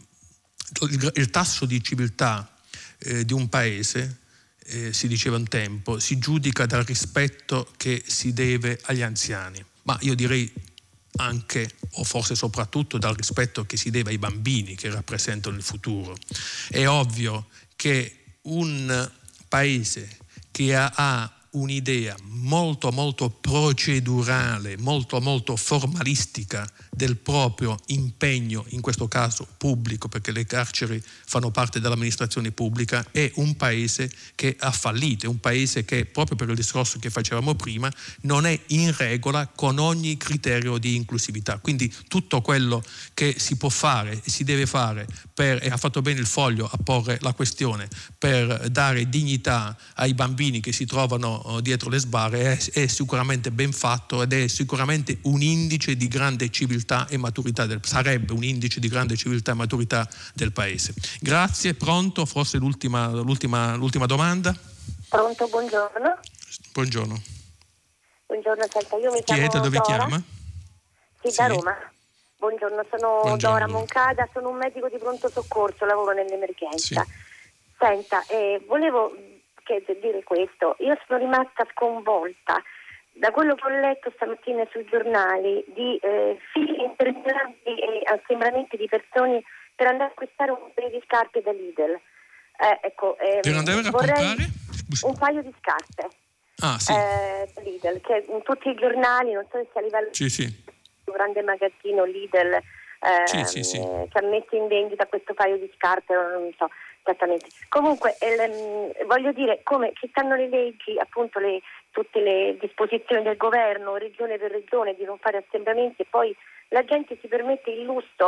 il, il tasso di civiltà eh, di un paese, eh, si diceva un tempo, si giudica dal rispetto che si deve agli anziani, ma io direi anche, o forse soprattutto, dal rispetto che si deve ai bambini che rappresentano il futuro. È ovvio che un paese che ha, ha un'idea molto molto procedurale, molto molto formalistica del proprio impegno, in questo caso pubblico, perché le carceri fanno parte dell'amministrazione pubblica, è un paese che ha fallito, è un paese che, proprio per il discorso che facevamo prima, non è in regola con ogni criterio di inclusività. Quindi tutto quello che si può fare e si deve fare per, e ha fatto bene il Foglio a porre la questione, per dare dignità ai bambini che si trovano dietro le sbarre, è, è sicuramente ben fatto ed è sicuramente un indice di grande civiltà e maturità del, sarebbe un indice di grande civiltà e maturità del paese. Grazie. Pronto? Forse l'ultima, l'ultima, l'ultima domanda. Pronto, buongiorno. Buongiorno. Buongiorno, senta, io mi Chi chiamo è, da dove Dora. chiama? Sì, sì, da Roma. Buongiorno, sono Buongiorno. Dora Moncada, sono un medico di pronto soccorso, lavoro nell'emergenza. Sì. Senta, eh, volevo che, dire questo, io sono rimasta sconvolta da quello che ho letto stamattina sui giornali di eh, fili interminabili e assembramenti di persone per andare a acquistare un paio di scarpe da Lidl. Eh, ecco, ehm, per andare a vorrei comprare? un paio di scarpe ah, sì. eh, da Lidl, che in tutti i giornali, non so se a livello sì, sì. un grande magazzino Lidl eh, sì, sì, sì. che ha messo in vendita questo paio di scarpe, non so esattamente. Comunque il, voglio dire, come ci stanno le leggi, appunto le, tutte le disposizioni del governo regione per regione di non fare assembramenti, e poi la gente si permette il lusso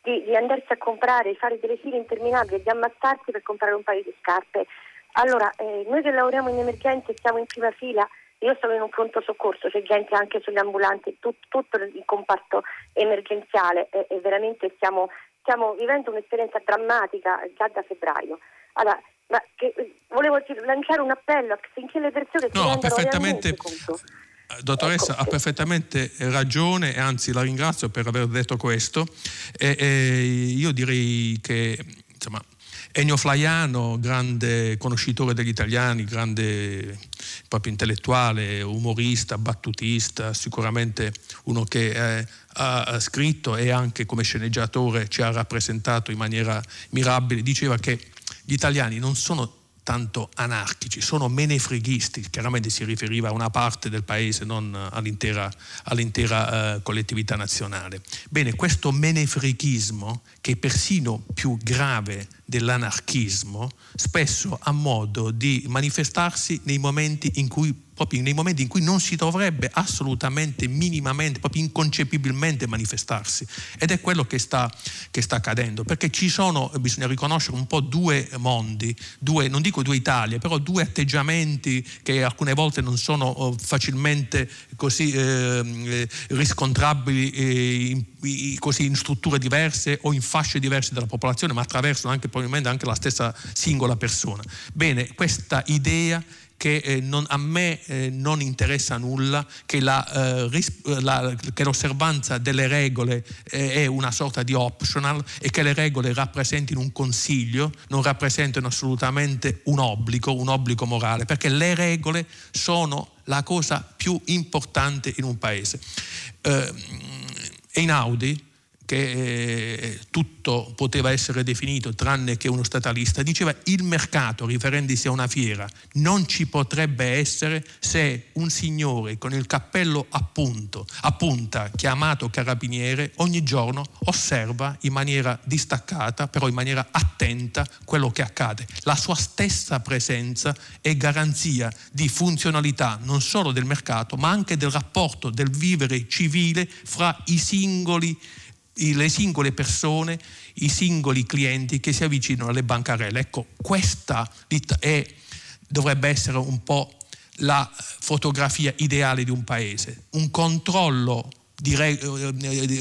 di, di andarsi a comprare, fare delle file interminabili e di ammazzarsi per comprare un paio di scarpe. Allora, eh, noi che lavoriamo in emergenza e siamo in prima fila, io sono in un pronto soccorso, c'è gente anche sugli ambulanti, tut, tutto il comparto emergenziale e, e veramente stiamo, stiamo vivendo un'esperienza drammatica già da febbraio. Allora, ma che, volevo lanciare un appello affinché le persone si no, rendano perfettamente, realmente conto. Dottoressa, ecco, ha perfettamente ragione, e anzi la ringrazio per aver detto questo. E, e io direi che insomma Ennio Flaiano, grande conoscitore degli italiani, grande proprio intellettuale, umorista, battutista, sicuramente uno che eh, ha scritto e anche come sceneggiatore ci ha rappresentato in maniera mirabile, diceva che gli italiani non sono tanto anarchici, sono menefreghisti. Chiaramente si riferiva a una parte del paese, non all'intera, all'intera uh, collettività nazionale. Bene, questo menefreghismo, che è persino più grave dell'anarchismo, spesso ha modo di manifestarsi nei momenti in cui proprio nei momenti in cui non si dovrebbe assolutamente, minimamente, proprio inconcepibilmente manifestarsi, ed è quello che sta, che sta accadendo, perché ci sono, bisogna riconoscere un po' due mondi, due, non dico due Italie, però due atteggiamenti che alcune volte non sono facilmente così eh, riscontrabili eh, in, così in strutture diverse o in fasce diverse della popolazione, ma attraverso anche probabilmente anche la stessa singola persona. Bene, questa idea che eh, non, a me eh, non interessa nulla, che, la, eh, ris- la, che l'osservanza delle regole eh, è una sorta di optional e che le regole rappresentino un consiglio, non rappresentano assolutamente un obbligo, un obbligo morale, perché le regole sono la cosa più importante in un paese. Eh, Einaudi, che eh, tutto poteva essere definito tranne che uno statalista, diceva: il mercato, riferendosi a una fiera, non ci potrebbe essere se un signore con il cappello a, punto, a punta, chiamato carabiniere, ogni giorno osserva in maniera distaccata, però in maniera attenta, quello che accade. La sua stessa presenza è garanzia di funzionalità non solo del mercato, ma anche del rapporto, del vivere civile fra i singoli le singole persone, i singoli clienti che si avvicinano alle bancarelle. Ecco, questa è, dovrebbe essere un po' la fotografia ideale di un paese, un controllo di, reg-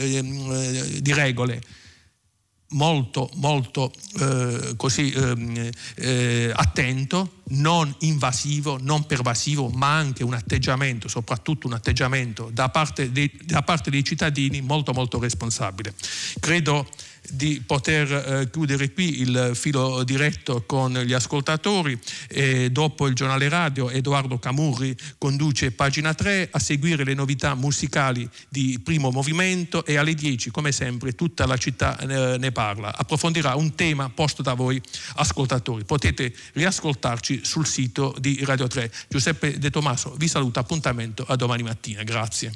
di regole molto molto eh, così eh, eh, attento, non invasivo, non pervasivo, ma anche un atteggiamento, soprattutto un atteggiamento da parte dei, da parte dei cittadini molto molto responsabile. Credo di poter eh, chiudere qui il filo diretto con gli ascoltatori. E dopo il giornale radio Edoardo Camurri conduce Pagina tre, a seguire le novità musicali di Primo Movimento, e alle dieci come sempre Tutta la città eh, ne parla, approfondirà un tema posto da voi ascoltatori. Potete riascoltarci sul sito di Radio tre. Giuseppe De Tomaso vi saluta, appuntamento a domani mattina, grazie.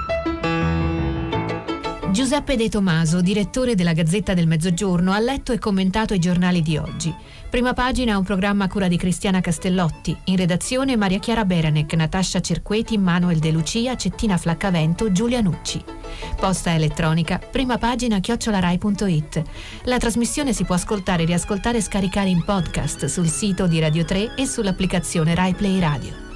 Giuseppe De Tomaso, direttore della Gazzetta del Mezzogiorno, ha letto e commentato i giornali di oggi. Prima Pagina è un programma a cura di Cristiana Castellotti, in redazione Maria Chiara Beranec, Natascia Cerqueti, Manuel De Lucia, Cettina Flaccavento, Giulia Nucci. Posta elettronica primapagina chiocciola rai punto it. La trasmissione si può ascoltare, riascoltare e scaricare in podcast sul sito di Radio tre e sull'applicazione Rai Play Radio.